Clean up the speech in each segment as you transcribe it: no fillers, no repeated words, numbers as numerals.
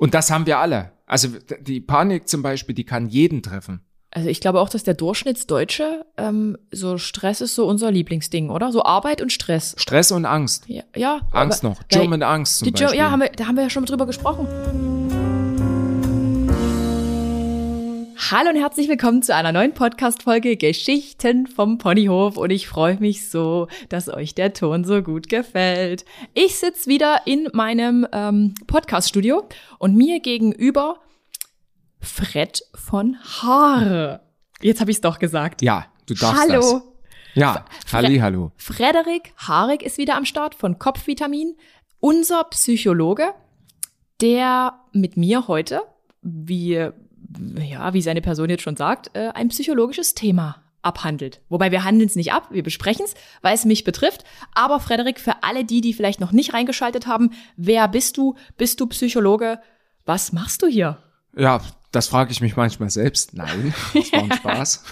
Und das haben wir alle. Also die Panik zum Beispiel, die kann jeden treffen. Also ich glaube auch, dass der Durchschnittsdeutsche, so Stress ist so unser Lieblingsding, oder? So Arbeit und Stress. Stress und Angst. Ja. Angst noch. German Angst zum Beispiel. Ja, da haben wir ja schon drüber gesprochen. Hallo und herzlich willkommen zu einer neuen Podcast-Folge Geschichten vom Ponyhof. Und ich freue mich so, dass euch der Ton so gut gefällt. Ich sitze wieder in meinem Podcast-Studio und mir gegenüber Fred von Haare. Jetzt habe ich es doch gesagt. Ja, du darfst Hallo. das. Ja, hallo. Frederik Haarig ist wieder am Start von Kopfvitamin, unser Psychologe, der mit mir heute, wie seine Person jetzt schon sagt, ein psychologisches Thema abhandelt. Wobei wir handeln es nicht ab, wir besprechen es, weil es mich betrifft. Aber Frederik, für alle die vielleicht noch nicht reingeschaltet haben, wer bist du? Bist du Psychologe? Was machst du hier? Ja, das frage ich mich manchmal selbst. Nein, das war ein Spaß.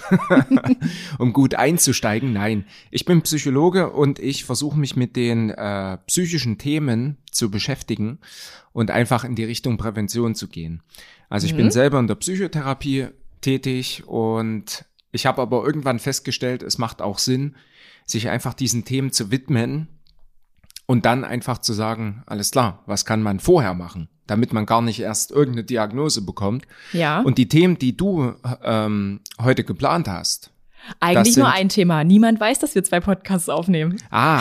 Um gut einzusteigen, nein. Ich bin Psychologe und ich versuche mich mit den psychischen Themen zu beschäftigen und einfach in die Richtung Prävention zu gehen. Also ich bin selber in der Psychotherapie tätig und ich habe aber irgendwann festgestellt, es macht auch Sinn, sich einfach diesen Themen zu widmen und dann einfach zu sagen, alles klar, was kann man vorher machen, damit man gar nicht erst irgendeine Diagnose bekommt. Ja. Und die Themen, die du heute geplant hast. Eigentlich nur ein Thema. Niemand weiß, dass wir 2 Podcasts aufnehmen.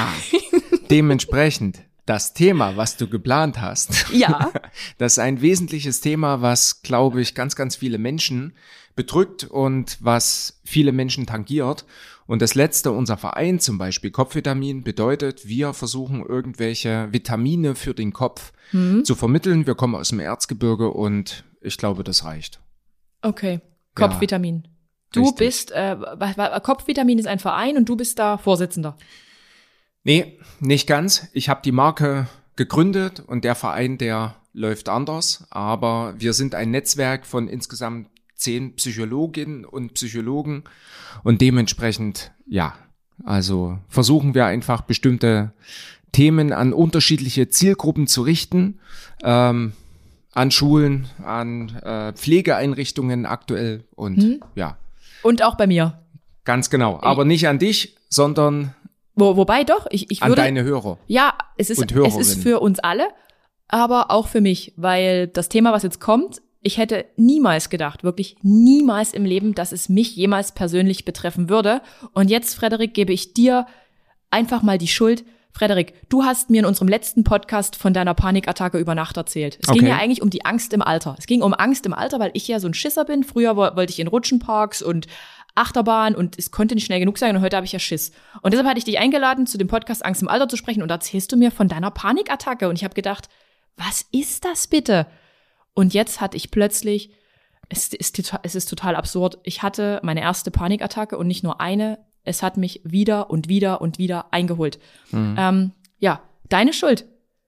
Dementsprechend. Das Thema, was du geplant hast, ja, das ist ein wesentliches Thema, was, glaube ich, ganz, ganz viele Menschen bedrückt und was viele Menschen tangiert. Und das letzte, unser Verein zum Beispiel, Kopfvitamin, bedeutet, wir versuchen irgendwelche Vitamine für den Kopf zu vermitteln. Wir kommen aus dem Erzgebirge und ich glaube, das reicht. Okay, Kopfvitamin. Du richtig. Bist, Kopfvitamin ist ein Verein und du bist da Vorsitzender. Nee, nicht ganz. Ich habe die Marke gegründet und der Verein, der läuft anders. Aber wir sind ein Netzwerk von insgesamt 10 Psychologinnen und Psychologen. Und dementsprechend, also versuchen wir einfach bestimmte Themen an unterschiedliche Zielgruppen zu richten. An Schulen, an Pflegeeinrichtungen aktuell und Und auch bei mir. Ganz genau. Aber nicht an dich, sondern Wobei doch, ich würde... An deine Hörer. Ja, es ist für uns alle, aber auch für mich, weil das Thema, was jetzt kommt, ich hätte niemals gedacht, wirklich niemals im Leben, dass es mich jemals persönlich betreffen würde. Und jetzt, Frederik, gebe ich dir einfach mal die Schuld. Frederik, du hast mir in unserem letzten Podcast von deiner Panikattacke über Nacht erzählt. Es ging ja eigentlich um die Angst im Alter. Es ging um Angst im Alter, weil ich ja so ein Schisser bin. Früher wollte ich in Rutschenparks und Achterbahn und es konnte nicht schnell genug sein und heute habe ich ja Schiss. Und deshalb hatte ich dich eingeladen, zu dem Podcast Angst im Alter zu sprechen und da erzählst du mir von deiner Panikattacke und ich habe gedacht, was ist das bitte? Und jetzt hatte ich plötzlich, es ist total absurd, ich hatte meine erste Panikattacke und nicht nur eine, es hat mich wieder und wieder und wieder eingeholt. Deine Schuld.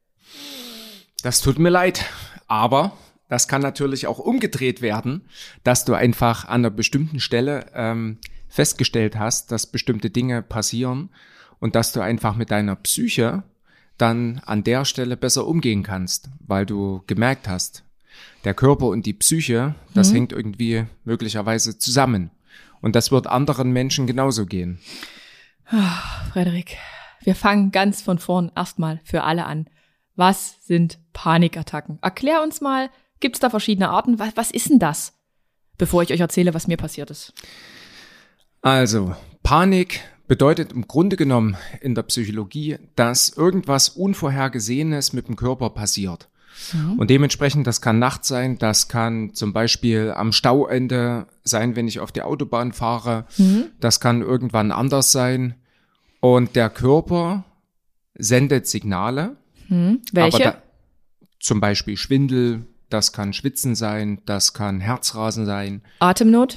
Das tut mir leid, aber das kann natürlich auch umgedreht werden, dass du einfach an einer bestimmten Stelle festgestellt hast, dass bestimmte Dinge passieren und dass du einfach mit deiner Psyche dann an der Stelle besser umgehen kannst, weil du gemerkt hast, der Körper und die Psyche, das hängt irgendwie möglicherweise zusammen. Und das wird anderen Menschen genauso gehen. Frederik, wir fangen ganz von vorn erstmal für alle an. Was sind Panikattacken? Erklär uns mal, gibt es da verschiedene Arten? Was ist denn das? Bevor ich euch erzähle, was mir passiert ist. Also, Panik bedeutet im Grunde genommen in der Psychologie, dass irgendwas Unvorhergesehenes mit dem Körper passiert. Und dementsprechend, das kann nachts sein, das kann zum Beispiel am Stauende sein, wenn ich auf die Autobahn fahre. Das kann irgendwann anders sein. Und der Körper sendet Signale. Welche? Aber zum Beispiel Schwindel, das kann Schwitzen sein, das kann Herzrasen sein. Atemnot,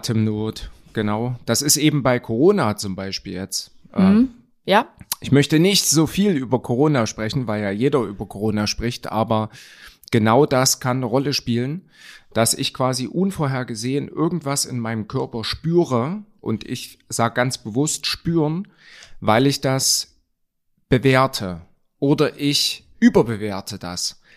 genau. Das ist eben bei Corona zum Beispiel jetzt. Ja. Ich möchte nicht so viel über Corona sprechen, weil ja jeder über Corona spricht, aber genau das kann eine Rolle spielen, dass ich quasi unvorhergesehen irgendwas in meinem Körper spüre und ich sage ganz bewusst spüren, weil ich das bewerte oder ich überbewerte das.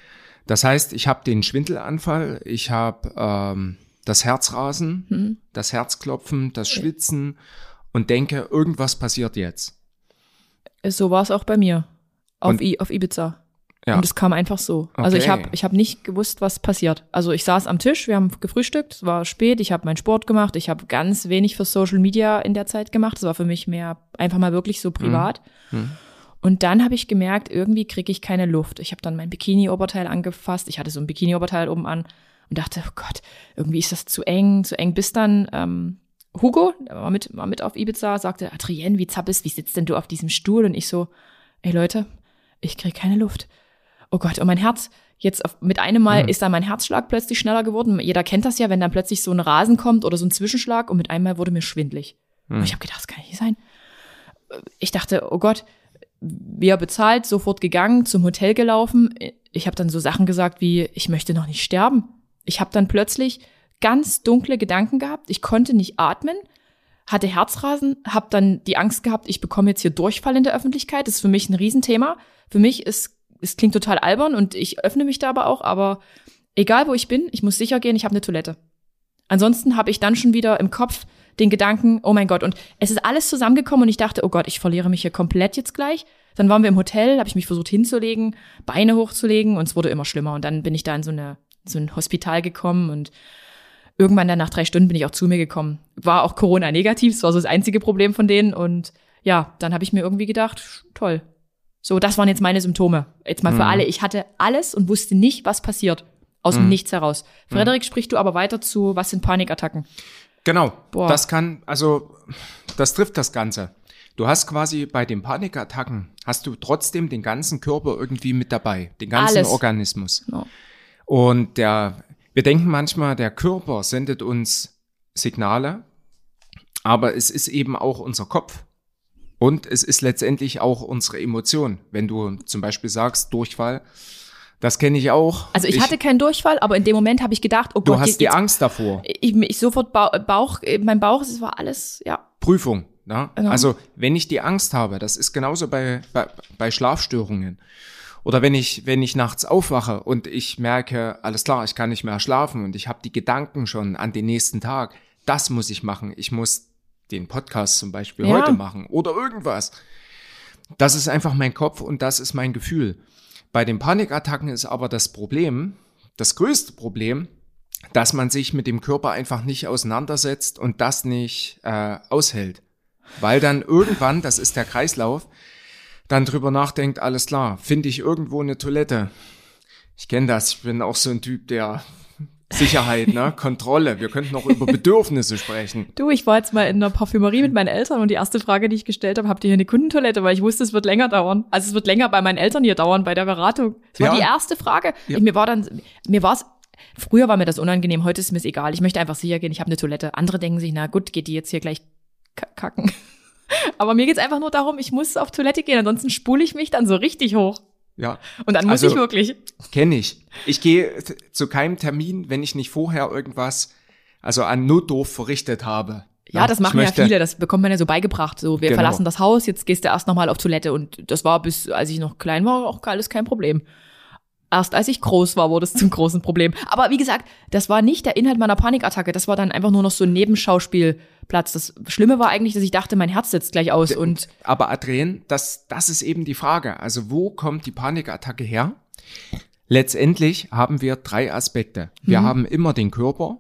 Das heißt, ich habe den Schwindelanfall, ich habe das Herzrasen, das Herzklopfen, das Schwitzen und denke, irgendwas passiert jetzt. So war es auch bei mir auf Ibiza. Ja. Und es kam einfach so. Okay. Also ich hab nicht gewusst, was passiert. Also ich saß am Tisch, wir haben gefrühstückt, es war spät, ich habe meinen Sport gemacht, ich habe ganz wenig für Social Media in der Zeit gemacht. Es war für mich mehr einfach mal wirklich so privat. Und dann habe ich gemerkt, irgendwie kriege ich keine Luft. Ich habe dann mein Bikini-Oberteil angefasst. Ich hatte so ein Bikini-Oberteil oben an und dachte, oh Gott, irgendwie ist das zu eng. Bis dann Hugo, der war mit auf Ibiza, sagte, Adrienne, wie zappelst, wie sitzt denn du auf diesem Stuhl? Und ich so, ey Leute, ich kriege keine Luft. Oh Gott, und mein Herz, mit einem Mal ist dann mein Herzschlag plötzlich schneller geworden. Jeder kennt das ja, wenn dann plötzlich so ein Rasen kommt oder so ein Zwischenschlag und mit einem Mal wurde mir schwindelig. Und ich habe gedacht, das kann nicht sein. Ich dachte, oh Gott, wir bezahlt, sofort gegangen, zum Hotel gelaufen. Ich habe dann so Sachen gesagt wie, ich möchte noch nicht sterben. Ich habe dann plötzlich ganz dunkle Gedanken gehabt. Ich konnte nicht atmen, hatte Herzrasen, habe dann die Angst gehabt, ich bekomme jetzt hier Durchfall in der Öffentlichkeit. Das ist für mich ein Riesenthema. Für mich es klingt total albern und ich öffne mich da aber egal wo ich bin, ich muss sicher gehen, ich habe eine Toilette. Ansonsten habe ich dann schon wieder im Kopf den Gedanken, oh mein Gott, und es ist alles zusammengekommen und ich dachte, oh Gott, ich verliere mich hier komplett jetzt gleich. Dann waren wir im Hotel, habe ich mich versucht hinzulegen, Beine hochzulegen und es wurde immer schlimmer und dann bin ich da in so ein Hospital gekommen und irgendwann dann nach 3 Stunden bin ich auch zu mir gekommen. War auch Corona-negativ, das war so das einzige Problem von denen und ja, dann habe ich mir irgendwie gedacht, toll. So, das waren jetzt meine Symptome. Jetzt mal für alle. Ich hatte alles und wusste nicht, was passiert. Aus dem Nichts heraus. Frederik, sprich du aber weiter zu, was sind Panikattacken? Genau. Boah. Das trifft das Ganze. Du hast quasi bei den Panikattacken, hast du trotzdem den ganzen Körper irgendwie mit dabei. Den ganzen alles. Organismus. No. Und wir denken manchmal, der Körper sendet uns Signale, aber es ist eben auch unser Kopf. Und es ist letztendlich auch unsere Emotion. Wenn du zum Beispiel sagst, Durchfall, das kenne ich auch. Also ich hatte keinen Durchfall, aber in dem Moment habe ich gedacht, oh Gott. Du hast die Angst davor. Ich sofort mein Bauch, es war alles, ja. Prüfung, ne? Genau. Also wenn ich die Angst habe, das ist genauso bei Schlafstörungen. Oder wenn ich nachts aufwache und ich merke, alles klar, ich kann nicht mehr schlafen und ich habe die Gedanken schon an den nächsten Tag, das muss ich machen, ich muss den Podcast zum Beispiel heute machen oder irgendwas. Das ist einfach mein Kopf und das ist mein Gefühl. Bei den Panikattacken ist aber das größte Problem, dass man sich mit dem Körper einfach nicht auseinandersetzt und das nicht aushält. Weil dann irgendwann, das ist der Kreislauf, dann drüber nachdenkt, alles klar, finde ich irgendwo eine Toilette. Ich kenne das, ich bin auch so ein Typ, der Sicherheit, ne? Kontrolle. Wir könnten auch über Bedürfnisse sprechen. Du, ich war jetzt mal in einer Parfümerie mit meinen Eltern und die erste Frage, die ich gestellt habe, habt ihr hier eine Kundentoilette? Weil ich wusste, es wird länger dauern. Also es wird länger bei meinen Eltern hier dauern, bei der Beratung. Das war die erste Frage. Ja. Früher war mir das unangenehm, heute ist mir es egal. Ich möchte einfach sicher gehen, ich habe eine Toilette. Andere denken sich, na gut, geht die jetzt hier gleich kacken. Aber mir geht's einfach nur darum, ich muss auf Toilette gehen, ansonsten spule ich mich dann so richtig hoch. Ja. Und dann muss ich wirklich. Kenne ich. Ich gehe zu keinem Termin, wenn ich nicht vorher irgendwas, an Notdurft verrichtet habe. Ja, das machen ja viele, das bekommt man ja so beigebracht. So, wir verlassen das Haus, jetzt gehst du erst nochmal auf Toilette. Und das war als ich noch klein war, auch alles kein Problem. Erst als ich groß war, wurde es zum großen Problem. Aber wie gesagt, das war nicht der Inhalt meiner Panikattacke. Das war dann einfach nur noch so ein Nebenschauspielplatz. Das Schlimme war eigentlich, dass ich dachte, mein Herz setzt gleich aus. Aber Adrienne, das ist eben die Frage. Also wo kommt die Panikattacke her? Letztendlich haben wir 3 Aspekte. Wir haben immer den Körper.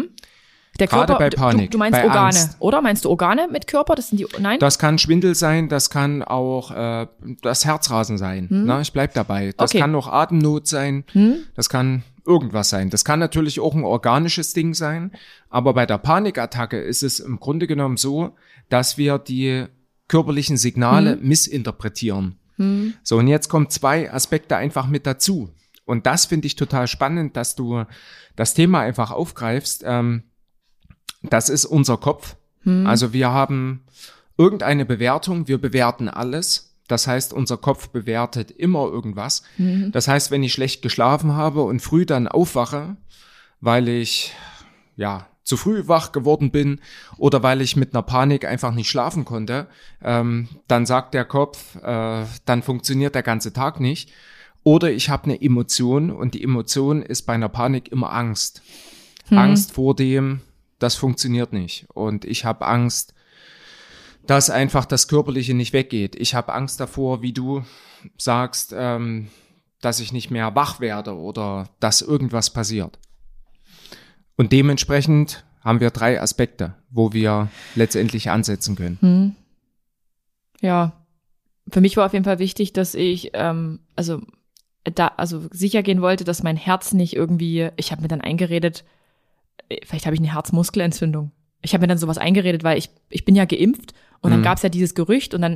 Der Körper, gerade bei Panik, du meinst bei Organe, Angst. Oder? Meinst du Organe mit Körper? Das sind die, nein? Das kann Schwindel sein, das kann auch das Herzrasen sein. Na, ich bleib dabei. Das kann auch Atemnot sein, das kann irgendwas sein. Das kann natürlich auch ein organisches Ding sein, aber bei der Panikattacke ist es im Grunde genommen so, dass wir die körperlichen Signale missinterpretieren. So, und jetzt kommen 2 Aspekte einfach mit dazu. Und das finde ich total spannend, dass du das Thema einfach aufgreifst. Das ist unser Kopf. Also wir haben irgendeine Bewertung, wir bewerten alles. Das heißt, unser Kopf bewertet immer irgendwas. Das heißt, wenn ich schlecht geschlafen habe und früh dann aufwache, weil ich zu früh wach geworden bin oder weil ich mit einer Panik einfach nicht schlafen konnte, dann sagt der Kopf, dann funktioniert der ganze Tag nicht. Oder ich habe eine Emotion und die Emotion ist bei einer Panik immer Angst. Angst vor dem, das funktioniert nicht. Und ich habe Angst, dass einfach das Körperliche nicht weggeht. Ich habe Angst davor, wie du sagst, dass ich nicht mehr wach werde oder dass irgendwas passiert. Und dementsprechend haben wir 3 Aspekte, wo wir letztendlich ansetzen können. Ja, für mich war auf jeden Fall wichtig, dass ich sicher gehen wollte, dass mein Herz nicht irgendwie, ich habe mir dann eingeredet, vielleicht habe ich eine Herzmuskelentzündung. Ich habe mir dann sowas eingeredet, weil ich bin ja geimpft und dann gab es ja dieses Gerücht und dann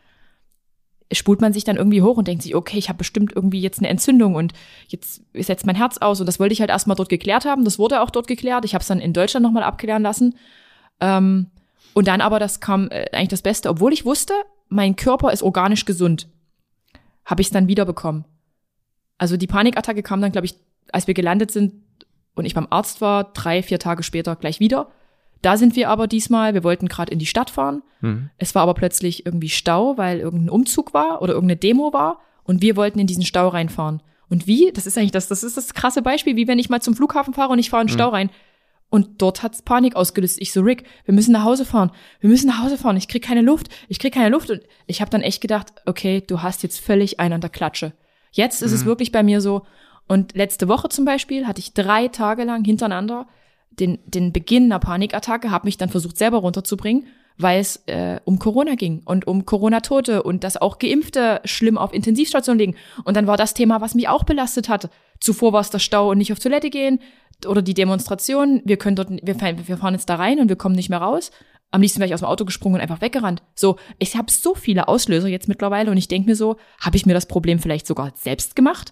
spult man sich dann irgendwie hoch und denkt sich, okay, ich habe bestimmt irgendwie jetzt eine Entzündung und jetzt setzt mein Herz aus. Und das wollte ich halt erstmal dort geklärt haben. Das wurde auch dort geklärt. Ich habe es dann in Deutschland nochmal abklären lassen. Und dann aber, das kam eigentlich das Beste. Obwohl ich wusste, mein Körper ist organisch gesund, habe ich es dann wieder bekommen. Also die Panikattacke kam dann, glaube ich, als wir gelandet sind und ich beim Arzt war, 3-4 Tage später gleich wieder. Da sind wir aber diesmal, wir wollten gerade in die Stadt fahren. Es war aber plötzlich irgendwie Stau, weil irgendein Umzug war oder irgendeine Demo war und wir wollten in diesen Stau reinfahren. Und wie? Das ist eigentlich das ist das krasse Beispiel, wie wenn ich mal zum Flughafen fahre und ich fahre in den Stau rein. Und dort hat's Panik ausgelöst. Ich so, Rick, wir müssen nach Hause fahren. Ich krieg keine Luft. Und ich habe dann echt gedacht, okay, du hast jetzt völlig einen an der Klatsche. Jetzt ist es wirklich bei mir so. Und letzte Woche zum Beispiel hatte ich 3 Tage lang hintereinander den Beginn einer Panikattacke, habe mich dann versucht, selber runterzubringen, weil es um Corona ging und um Corona-Tote und dass auch Geimpfte schlimm auf Intensivstationen liegen. Und dann war das Thema, was mich auch belastet hatte. Zuvor war es der Stau und nicht auf Toilette gehen oder die Demonstration. Wir fahren jetzt da rein und wir kommen nicht mehr raus. Am liebsten wäre ich aus dem Auto gesprungen und einfach weggerannt. So, ich habe so viele Auslöser jetzt mittlerweile und ich denke mir so, habe ich mir das Problem vielleicht sogar selbst gemacht?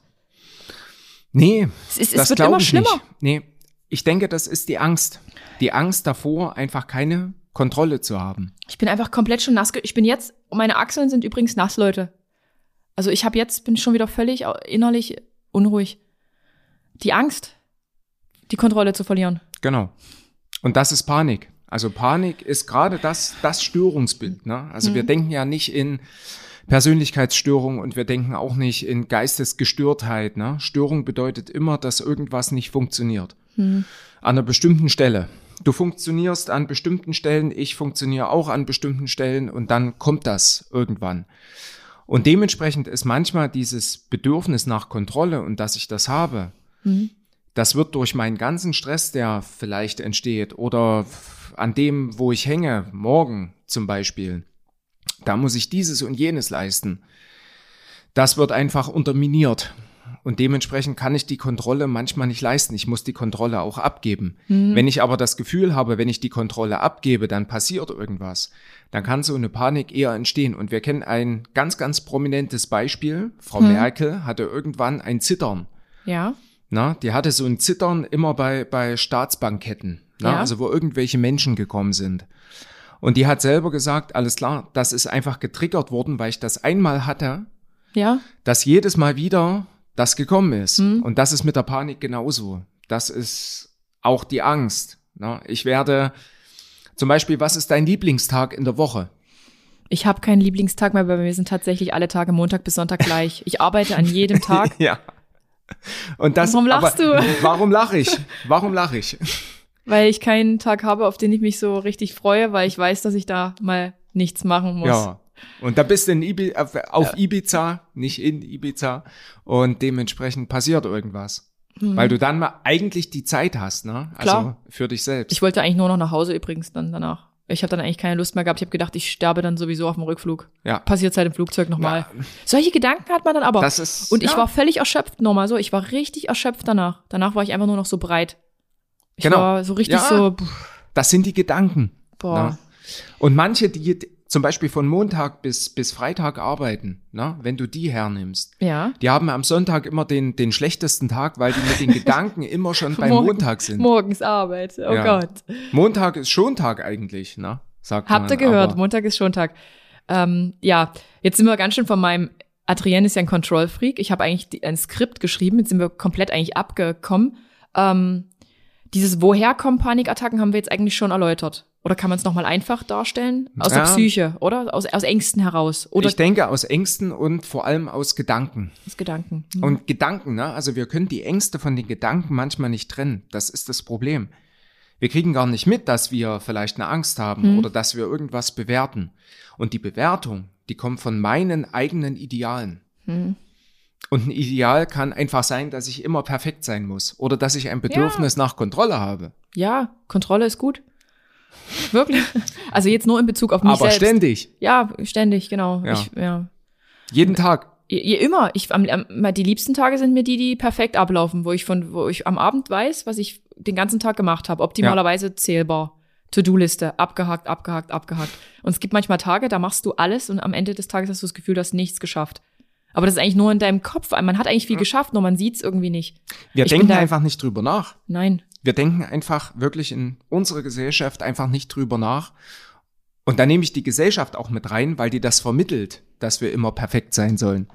Nee, es wird immer schlimmer. Nicht. Nee, ich denke, das ist die Angst. Die Angst davor, einfach keine Kontrolle zu haben. Ich bin einfach komplett schon nass. Meine Achseln sind übrigens nass, Leute. Also bin schon wieder völlig innerlich unruhig. Die Angst, die Kontrolle zu verlieren. Genau. Und das ist Panik. Also Panik ist gerade das Störungsbild. Ne? Also wir denken ja nicht in Persönlichkeitsstörung und wir denken auch nicht in Geistesgestörtheit. Ne? Störung bedeutet immer, dass irgendwas nicht funktioniert. An einer bestimmten Stelle. Du funktionierst an bestimmten Stellen, ich funktioniere auch an bestimmten Stellen und dann kommt das irgendwann. Und dementsprechend ist manchmal dieses Bedürfnis nach Kontrolle und dass ich das habe, das wird durch meinen ganzen Stress, der vielleicht entsteht oder an dem, wo ich hänge, morgen zum Beispiel, da muss ich dieses und jenes leisten. Das wird einfach unterminiert. Und dementsprechend kann ich die Kontrolle manchmal nicht leisten. Ich muss die Kontrolle auch abgeben. Wenn ich aber das Gefühl habe, wenn ich die Kontrolle abgebe, dann passiert irgendwas, dann kann so eine Panik eher entstehen. Und wir kennen ein ganz, ganz prominentes Beispiel. Frau Merkel hatte irgendwann ein Zittern. Ja. Na, die hatte so ein Zittern immer bei Staatsbanketten, ja. Also wo irgendwelche Menschen gekommen sind. Und die hat selber gesagt, alles klar, das ist einfach getriggert worden, weil ich das einmal hatte, ja, dass jedes Mal wieder das gekommen ist. Und das ist mit der Panik genauso. Das ist auch die Angst. Ne? Ich werde, zum Beispiel, was ist dein Lieblingstag in der Woche? Ich habe keinen Lieblingstag mehr, weil wir sind tatsächlich alle Tage Montag bis Sonntag gleich. Ich arbeite an jedem Tag. Ja. Und das, warum lachst du? Warum lache ich? Weil ich keinen Tag habe, auf den ich mich so richtig freue, weil ich weiß, dass ich da mal nichts machen muss. Ja. Und da bist du auf Ibiza, nicht in Ibiza. Und dementsprechend passiert irgendwas. Weil du dann mal eigentlich die Zeit hast, ne? Also klar. Für dich selbst. Ich wollte eigentlich nur noch nach Hause übrigens dann danach. Ich habe dann eigentlich keine Lust mehr gehabt. Ich habe gedacht, ich sterbe dann sowieso auf dem Rückflug. Ja. Passiert halt im Flugzeug nochmal. Ja. Solche Gedanken hat man dann aber. Ich war völlig erschöpft nochmal so. Ich war richtig erschöpft danach. Danach war ich einfach nur noch so breit. Ich war so richtig so. Das sind die Gedanken. Boah. Ne? Und manche, die zum Beispiel von Montag bis Freitag arbeiten, ne? Wenn du die hernimmst, die haben am Sonntag immer den schlechtesten Tag, weil die mit den Gedanken immer schon beim Montag sind. Morgens Arbeit, oh Gott. Montag ist Schontag eigentlich, ne? Sagt Habt ihr gehört, Montag ist Schontag. Jetzt sind wir ganz schön von meinem, Adrienne ist ja ein Control-Freak, ich habe eigentlich ein Skript geschrieben, jetzt sind wir komplett eigentlich abgekommen. Dieses Woher kommen Panikattacken haben wir jetzt eigentlich schon erläutert. Oder kann man es nochmal einfach darstellen? Aus der Psyche, oder? Aus Ängsten heraus? Oder? Ich denke aus Ängsten und vor allem aus Gedanken. Aus Gedanken. Und Gedanken, ne? Also wir können die Ängste von den Gedanken manchmal nicht trennen. Das ist das Problem. Wir kriegen gar nicht mit, dass wir vielleicht eine Angst haben oder dass wir irgendwas bewerten. Und die Bewertung, die kommt von meinen eigenen Idealen. Und ein Ideal kann einfach sein, dass ich immer perfekt sein muss oder dass ich ein Bedürfnis nach Kontrolle habe. Ja, Kontrolle ist gut. Wirklich. Also jetzt nur in Bezug auf mich aber selbst. Aber ständig. Ja, ständig, genau. Ja. Jeden Tag. Immer. Die liebsten Tage sind mir die perfekt ablaufen, wo ich am Abend weiß, was ich den ganzen Tag gemacht habe. Optimalerweise zählbar. To-Do-Liste. Abgehakt. Und es gibt manchmal Tage, da machst du alles und am Ende des Tages hast du das Gefühl, du hast nichts geschafft. Aber das ist eigentlich nur in deinem Kopf. Man hat eigentlich viel geschafft, nur man sieht es irgendwie nicht. Wir denken einfach nicht drüber nach. Nein. Wir denken einfach wirklich in unserer Gesellschaft einfach nicht drüber nach. Und da nehme ich die Gesellschaft auch mit rein, weil die das vermittelt, dass wir immer perfekt sein sollen.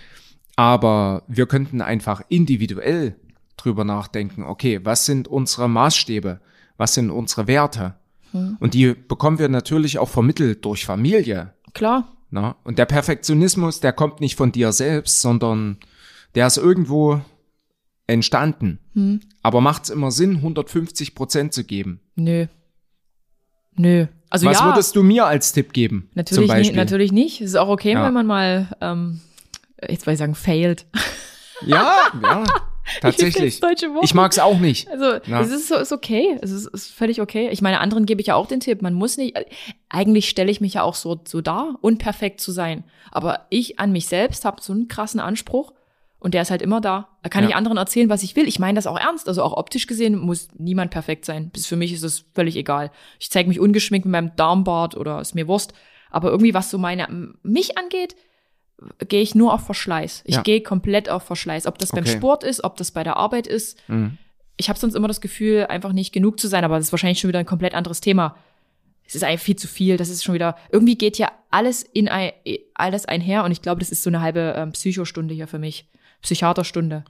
Aber wir könnten einfach individuell drüber nachdenken, okay, was sind unsere Maßstäbe? Was sind unsere Werte? Und die bekommen wir natürlich auch vermittelt durch Familie. Klar. Na? Und der Perfektionismus, der kommt nicht von dir selbst, sondern der ist irgendwo entstanden. Aber macht es immer Sinn, 150% zu geben? Nö. Also was würdest du mir als Tipp geben? Natürlich nicht. Es ist auch okay, wenn man mal, jetzt wollte ich sagen, failed. Ja, tatsächlich. Ich mag es auch nicht. Also es ist okay. Es ist völlig okay. Ich meine, anderen gebe ich ja auch den Tipp. Man muss nicht, eigentlich stelle ich mich ja auch so dar, unperfekt zu sein. Aber ich an mich selbst habe so einen krassen Anspruch. Und der ist halt immer da. Da kann ich anderen erzählen, was ich will. Ich meine das auch ernst. Also auch optisch gesehen muss niemand perfekt sein. Für mich ist es völlig egal. Ich zeige mich ungeschminkt mit meinem Darmbart oder ist mir Wurst. Aber irgendwie, was so mich angeht, gehe ich nur auf Verschleiß. Ich gehe komplett auf Verschleiß. Ob das beim Sport ist, ob das bei der Arbeit ist. Ich habe sonst immer das Gefühl, einfach nicht genug zu sein. Aber das ist wahrscheinlich schon wieder ein komplett anderes Thema. Es ist einfach viel zu viel. Das ist schon wieder, irgendwie geht ja alles einher. Und ich glaube, das ist so eine halbe Psychostunde hier für mich. Psychiaterstunde.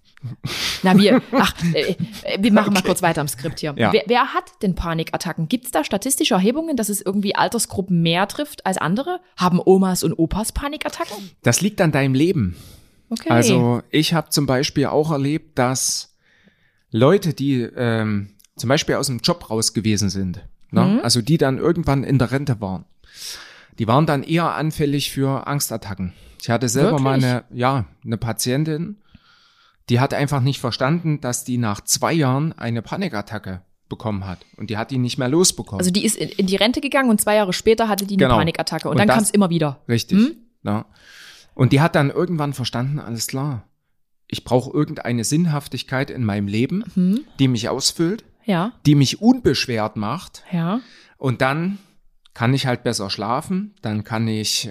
Wir machen mal kurz weiter im Skript hier. Ja. Wer hat denn Panikattacken? Gibt es da statistische Erhebungen, dass es irgendwie Altersgruppen mehr trifft als andere? Haben Omas und Opas Panikattacken? Das liegt an deinem Leben. Okay. Also ich habe zum Beispiel auch erlebt, dass Leute, die zum Beispiel aus dem Job raus gewesen sind, also die dann irgendwann in der Rente waren, die waren dann eher anfällig für Angstattacken. Ich hatte selber mal eine Patientin, die hat einfach nicht verstanden, dass die nach 2 Jahren eine Panikattacke bekommen hat. Und die hat die nicht mehr losbekommen. Also die ist in die Rente gegangen und 2 Jahre später hatte die eine Panikattacke. Und dann kam es immer wieder. Richtig. Ja. Und die hat dann irgendwann verstanden, alles klar, ich brauche irgendeine Sinnhaftigkeit in meinem Leben, die mich ausfüllt, die mich unbeschwert macht. Ja. Und dann kann ich halt besser schlafen, dann kann ich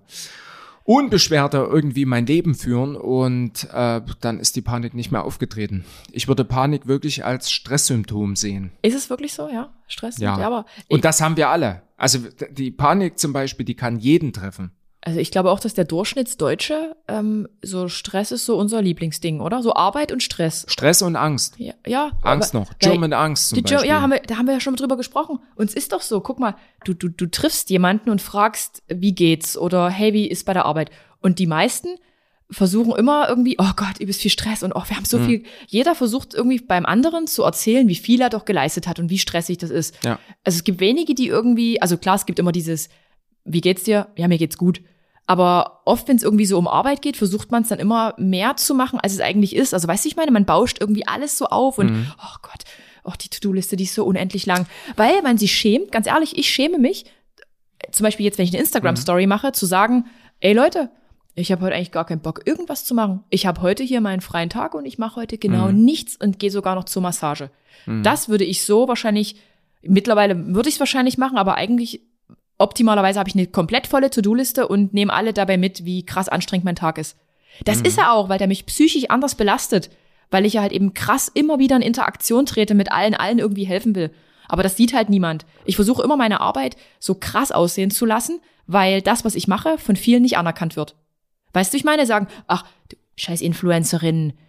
unbeschwerter irgendwie mein Leben führen und dann ist die Panik nicht mehr aufgetreten. Ich würde Panik wirklich als Stresssymptom sehen. Ist es wirklich so, ja? Stress? Ja, aber und das haben wir alle. Also die Panik zum Beispiel, die kann jeden treffen. Also ich glaube auch, dass der Durchschnittsdeutsche, so Stress ist so unser Lieblingsding, oder? So Arbeit und Stress. Stress und Angst. Ja. Angst noch. German Angst zum Beispiel. Ja, da haben wir ja schon drüber gesprochen. Und es ist doch so, guck mal, du triffst jemanden und fragst, wie geht's? Oder hey, wie ist bei der Arbeit? Und die meisten versuchen immer irgendwie, oh Gott, übelst viel Stress und wir haben so viel. Jeder versucht irgendwie beim anderen zu erzählen, wie viel er doch geleistet hat und wie stressig das ist. Ja. Also es gibt wenige, die irgendwie, also klar, es gibt immer dieses, wie geht's dir? Ja, mir geht's gut. Aber oft, wenn es irgendwie so um Arbeit geht, versucht man es dann immer mehr zu machen, als es eigentlich ist. Also weißt du, ich meine, man bauscht irgendwie alles so auf und oh Gott, die To-Do-Liste, die ist so unendlich lang. Weil man sich schämt, ganz ehrlich, ich schäme mich, zum Beispiel jetzt, wenn ich eine Instagram-Story mache, zu sagen, ey Leute, ich habe heute eigentlich gar keinen Bock, irgendwas zu machen. Ich habe heute hier meinen freien Tag und ich mache heute genau nichts und gehe sogar noch zur Massage. Das würde ich so wahrscheinlich, mittlerweile würde ich es wahrscheinlich machen, aber eigentlich optimalerweise habe ich eine komplett volle To-Do-Liste und nehme alle dabei mit, wie krass anstrengend mein Tag ist. Das ist er auch, weil der mich psychisch anders belastet, weil ich ja halt eben krass immer wieder in Interaktion trete mit allen irgendwie helfen will. Aber das sieht halt niemand. Ich versuche immer meine Arbeit so krass aussehen zu lassen, weil das, was ich mache, von vielen nicht anerkannt wird. Weißt du, ich meine, sagen, ach, du scheiß Influencerin,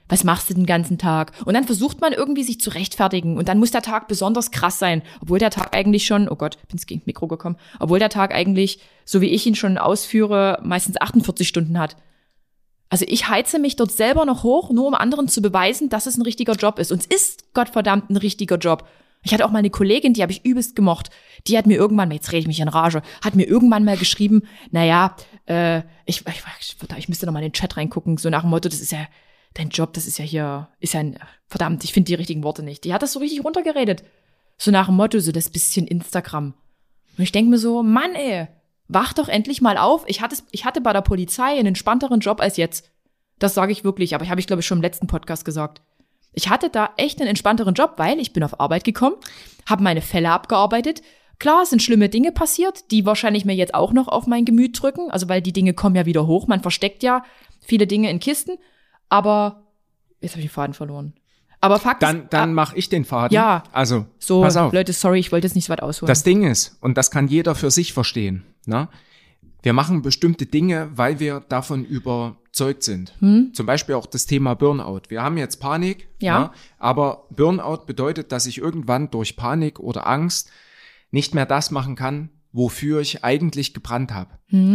was machst du den ganzen Tag? Und dann versucht man irgendwie sich zu rechtfertigen und dann muss der Tag besonders krass sein, obwohl der Tag eigentlich schon, oh Gott, bin ins Mikro gekommen, obwohl der Tag eigentlich, so wie ich ihn schon ausführe, meistens 48 Stunden hat. Also ich heize mich dort selber noch hoch, nur um anderen zu beweisen, dass es ein richtiger Job ist. Und es ist Gottverdammt ein richtiger Job. Ich hatte auch mal eine Kollegin, die habe ich übelst gemocht. Die hat mir irgendwann, jetzt rede ich mich in Rage, hat mir irgendwann mal geschrieben, naja, ich müsste noch mal in den Chat reingucken, so nach dem Motto, das ist ja dein Job, das ist ja hier, verdammt, ich finde die richtigen Worte nicht. Die hat das so richtig runtergeredet. So nach dem Motto, so das bisschen Instagram. Und ich denke mir so, Mann ey, wach doch endlich mal auf. Ich hatte bei der Polizei einen entspannteren Job als jetzt. Das sage ich wirklich, aber habe ich glaube ich schon im letzten Podcast gesagt. Ich hatte da echt einen entspannteren Job, weil ich bin auf Arbeit gekommen, habe meine Fälle abgearbeitet. Klar, es sind schlimme Dinge passiert, die wahrscheinlich mir jetzt auch noch auf mein Gemüt drücken, also weil die Dinge kommen ja wieder hoch. Man versteckt ja viele Dinge in Kisten, aber jetzt habe ich den Faden verloren. Aber Fakt ist, dann mache ich den Faden. Ja. Also, so, pass auf. Leute, sorry, ich wollte jetzt nicht so weit ausholen. Das Ding ist, und das kann jeder für sich verstehen, ne? Wir machen bestimmte Dinge, weil wir davon überzeugt sind. Zum Beispiel auch das Thema Burnout. Wir haben jetzt Panik, ja. Ne? Aber Burnout bedeutet, dass ich irgendwann durch Panik oder Angst nicht mehr das machen kann, wofür ich eigentlich gebrannt habe.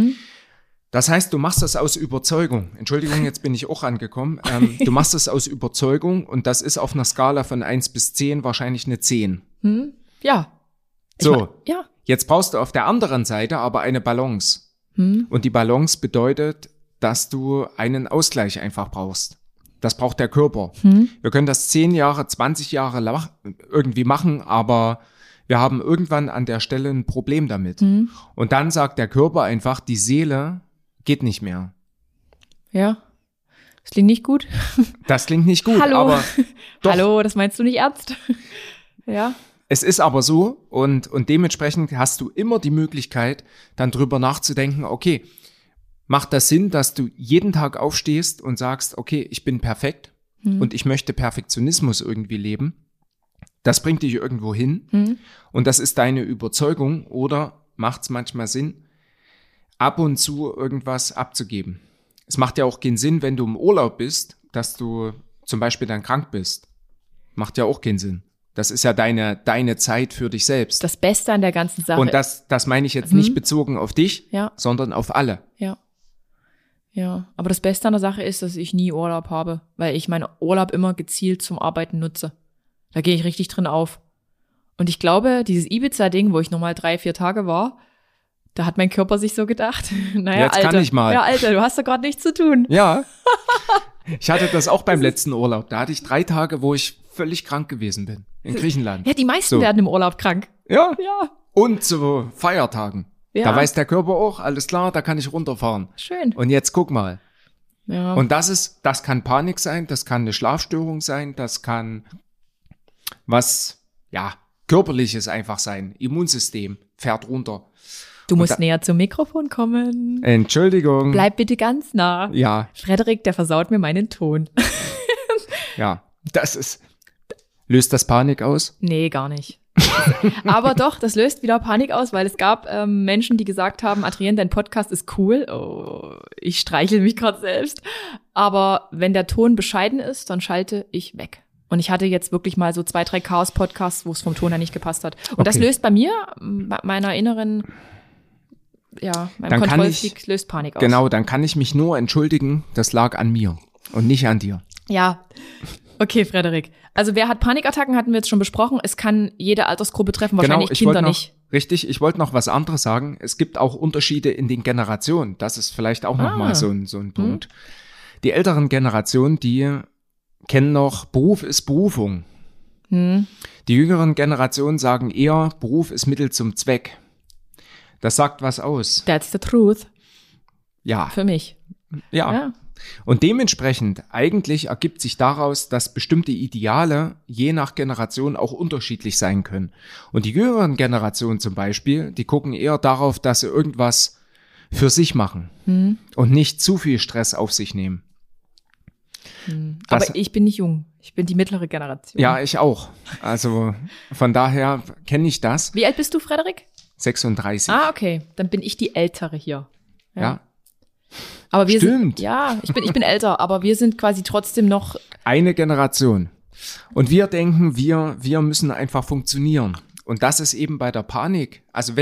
Das heißt, du machst das aus Überzeugung. Entschuldigung, jetzt bin ich auch angekommen. Du machst das aus Überzeugung und das ist auf einer Skala von 1 bis 10 wahrscheinlich eine 10. Ja. Ja. Jetzt brauchst du auf der anderen Seite aber eine Balance. Und die Balance bedeutet, dass du einen Ausgleich einfach brauchst. Das braucht der Körper. Wir können das 10 Jahre, 20 Jahre irgendwie machen, aber wir haben irgendwann an der Stelle ein Problem damit. Und dann sagt der Körper einfach, die Seele geht nicht mehr. Ja, das klingt nicht gut. Das klingt nicht gut, Hallo. aber doch. Hallo, das meinst du nicht ernst? Ja. Es ist aber so und dementsprechend hast du immer die Möglichkeit, dann drüber nachzudenken, okay, macht das Sinn, dass du jeden Tag aufstehst und sagst, okay, ich bin perfekt und ich möchte Perfektionismus irgendwie leben. Das bringt dich irgendwo hin und das ist deine Überzeugung oder macht es manchmal Sinn, ab und zu irgendwas abzugeben. Es macht ja auch keinen Sinn, wenn du im Urlaub bist, dass du zum Beispiel dann krank bist. Macht ja auch keinen Sinn. Das ist ja deine Zeit für dich selbst. Das Beste an der ganzen Sache. Und das meine ich jetzt nicht bezogen auf dich, sondern auf alle. Ja. Ja, aber das Beste an der Sache ist, dass ich nie Urlaub habe, weil ich meinen Urlaub immer gezielt zum Arbeiten nutze. Da gehe ich richtig drin auf. Und ich glaube, dieses Ibiza-Ding, wo ich nochmal 3-4 Tage war, da hat mein Körper sich so gedacht, naja, jetzt Alter, kann ich mal. Ja, Alter, du hast doch gerade nichts zu tun. Ja. Ich hatte das auch beim letzten Urlaub. Da hatte ich 3 Tage, wo ich völlig krank gewesen bin. In Griechenland. Ja, die meisten werden im Urlaub krank. Ja. Ja. Und zu Feiertagen. Ja. Da weiß der Körper auch, alles klar, da kann ich runterfahren. Schön. Und jetzt guck mal. Ja. Und das kann Panik sein, das kann eine Schlafstörung sein, das kann was, Körperliches einfach sein. Immunsystem fährt runter. Du musst näher zum Mikrofon kommen. Entschuldigung. Bleib bitte ganz nah. Ja. Frederik, der versaut mir meinen Ton. Ja, löst das Panik aus? Nee, gar nicht. Aber doch, das löst wieder Panik aus, weil es gab Menschen, die gesagt haben, Adrienne, dein Podcast ist cool. Oh, ich streichel mich gerade selbst. Aber wenn der Ton bescheiden ist, dann schalte ich weg. Und ich hatte jetzt wirklich mal so 2-3 Chaos-Podcasts, wo es vom Ton her nicht gepasst hat. Und das löst bei mir, meiner inneren, meinem Kontrollfreak löst Panik aus. Genau, dann kann ich mich nur entschuldigen, das lag an mir und nicht an dir. Ja, okay, Frederik. Also wer hat Panikattacken, hatten wir jetzt schon besprochen. Es kann jede Altersgruppe treffen, wahrscheinlich Kinder nicht. Richtig, ich wollte noch was anderes sagen. Es gibt auch Unterschiede in den Generationen. Das ist vielleicht auch noch mal so ein Punkt. Die älteren Generationen, die kennen noch, Beruf ist Berufung. Die jüngeren Generationen sagen eher, Beruf ist Mittel zum Zweck. Das sagt was aus. That's the truth. Ja. Für mich. Ja. Und dementsprechend eigentlich ergibt sich daraus, dass bestimmte Ideale je nach Generation auch unterschiedlich sein können. Und die jüngeren Generationen zum Beispiel, die gucken eher darauf, dass sie irgendwas für sich machen und nicht zu viel Stress auf sich nehmen. Aber ich bin nicht jung. Ich bin die mittlere Generation. Ja, ich auch. Also von daher kenne ich das. Wie alt bist du, Frederik? 36. Ah, okay. Dann bin ich die Ältere hier. Ja. Aber wir Stimmt. sind, ich bin älter, aber wir sind quasi trotzdem noch eine Generation. Und wir denken, wir müssen einfach funktionieren. Und das ist eben bei der Panik. Also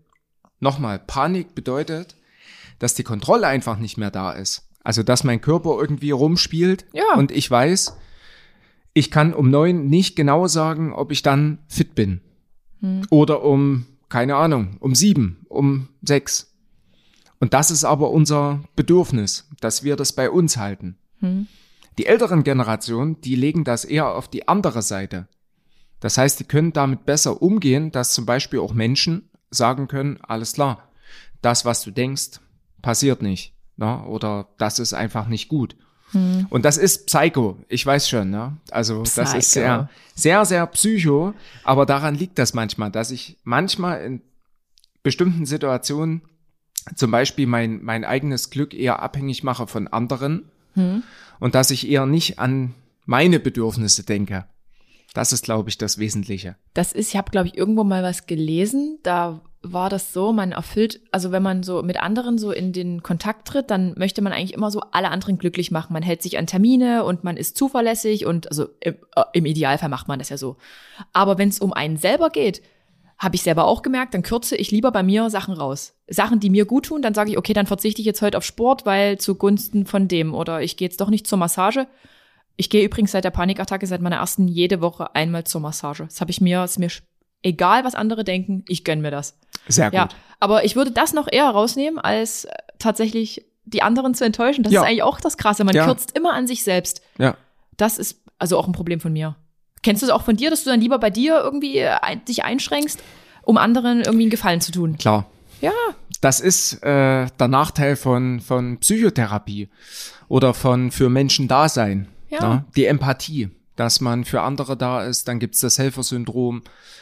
Panik bedeutet, dass die Kontrolle einfach nicht mehr da ist. Also, dass mein Körper irgendwie rumspielt und ich weiß, ich kann um 9 nicht genau sagen, ob ich dann fit bin. Oder keine Ahnung, um 7, um 6. Und das ist aber unser Bedürfnis, dass wir das bei uns halten. Die älteren Generationen, die legen das eher auf die andere Seite. Das heißt, die können damit besser umgehen, dass zum Beispiel auch Menschen sagen können, alles klar, das, was du denkst, passiert nicht. Ne? Oder das ist einfach nicht gut. Und das ist Psycho, ich weiß schon. Ne? Also das ist sehr, sehr, sehr Psycho. Aber daran liegt das manchmal, dass ich manchmal in bestimmten Situationen zum Beispiel mein eigenes Glück eher abhängig mache von anderen und dass ich eher nicht an meine Bedürfnisse denke. Das ist, glaube ich, das Wesentliche. Ich habe, glaube ich, irgendwo mal was gelesen, da war das so, man erfüllt, also wenn man so mit anderen so in den Kontakt tritt, dann möchte man eigentlich immer so alle anderen glücklich machen. Man hält sich an Termine und man ist zuverlässig und also im Idealfall macht man das ja so. Aber wenn es um einen selber geht, habe ich selber auch gemerkt, dann kürze ich lieber bei mir Sachen raus. Sachen, die mir gut tun, dann sage ich, okay, dann verzichte ich jetzt heute auf Sport, weil zugunsten von dem. Oder ich gehe jetzt doch nicht zur Massage. Ich gehe übrigens seit der Panikattacke, seit meiner ersten, jede Woche einmal zur Massage. Das habe ich mir, ist mir egal, was andere denken, ich gönne mir das. Sehr gut. Ja, aber ich würde das noch eher rausnehmen, als tatsächlich die anderen zu enttäuschen. Das ist eigentlich auch das Krasse. Man kürzt immer an sich selbst. Ja. Das ist also auch ein Problem von mir. Kennst du es auch von dir, dass du dann lieber bei dir irgendwie dich einschränkst, um anderen irgendwie einen Gefallen zu tun? Klar. Ja. Das ist der Nachteil von Psychotherapie oder für Menschen da sein. Ja. Ne? Die Empathie, dass man für andere da ist, dann gibt's das Helfersyndrom.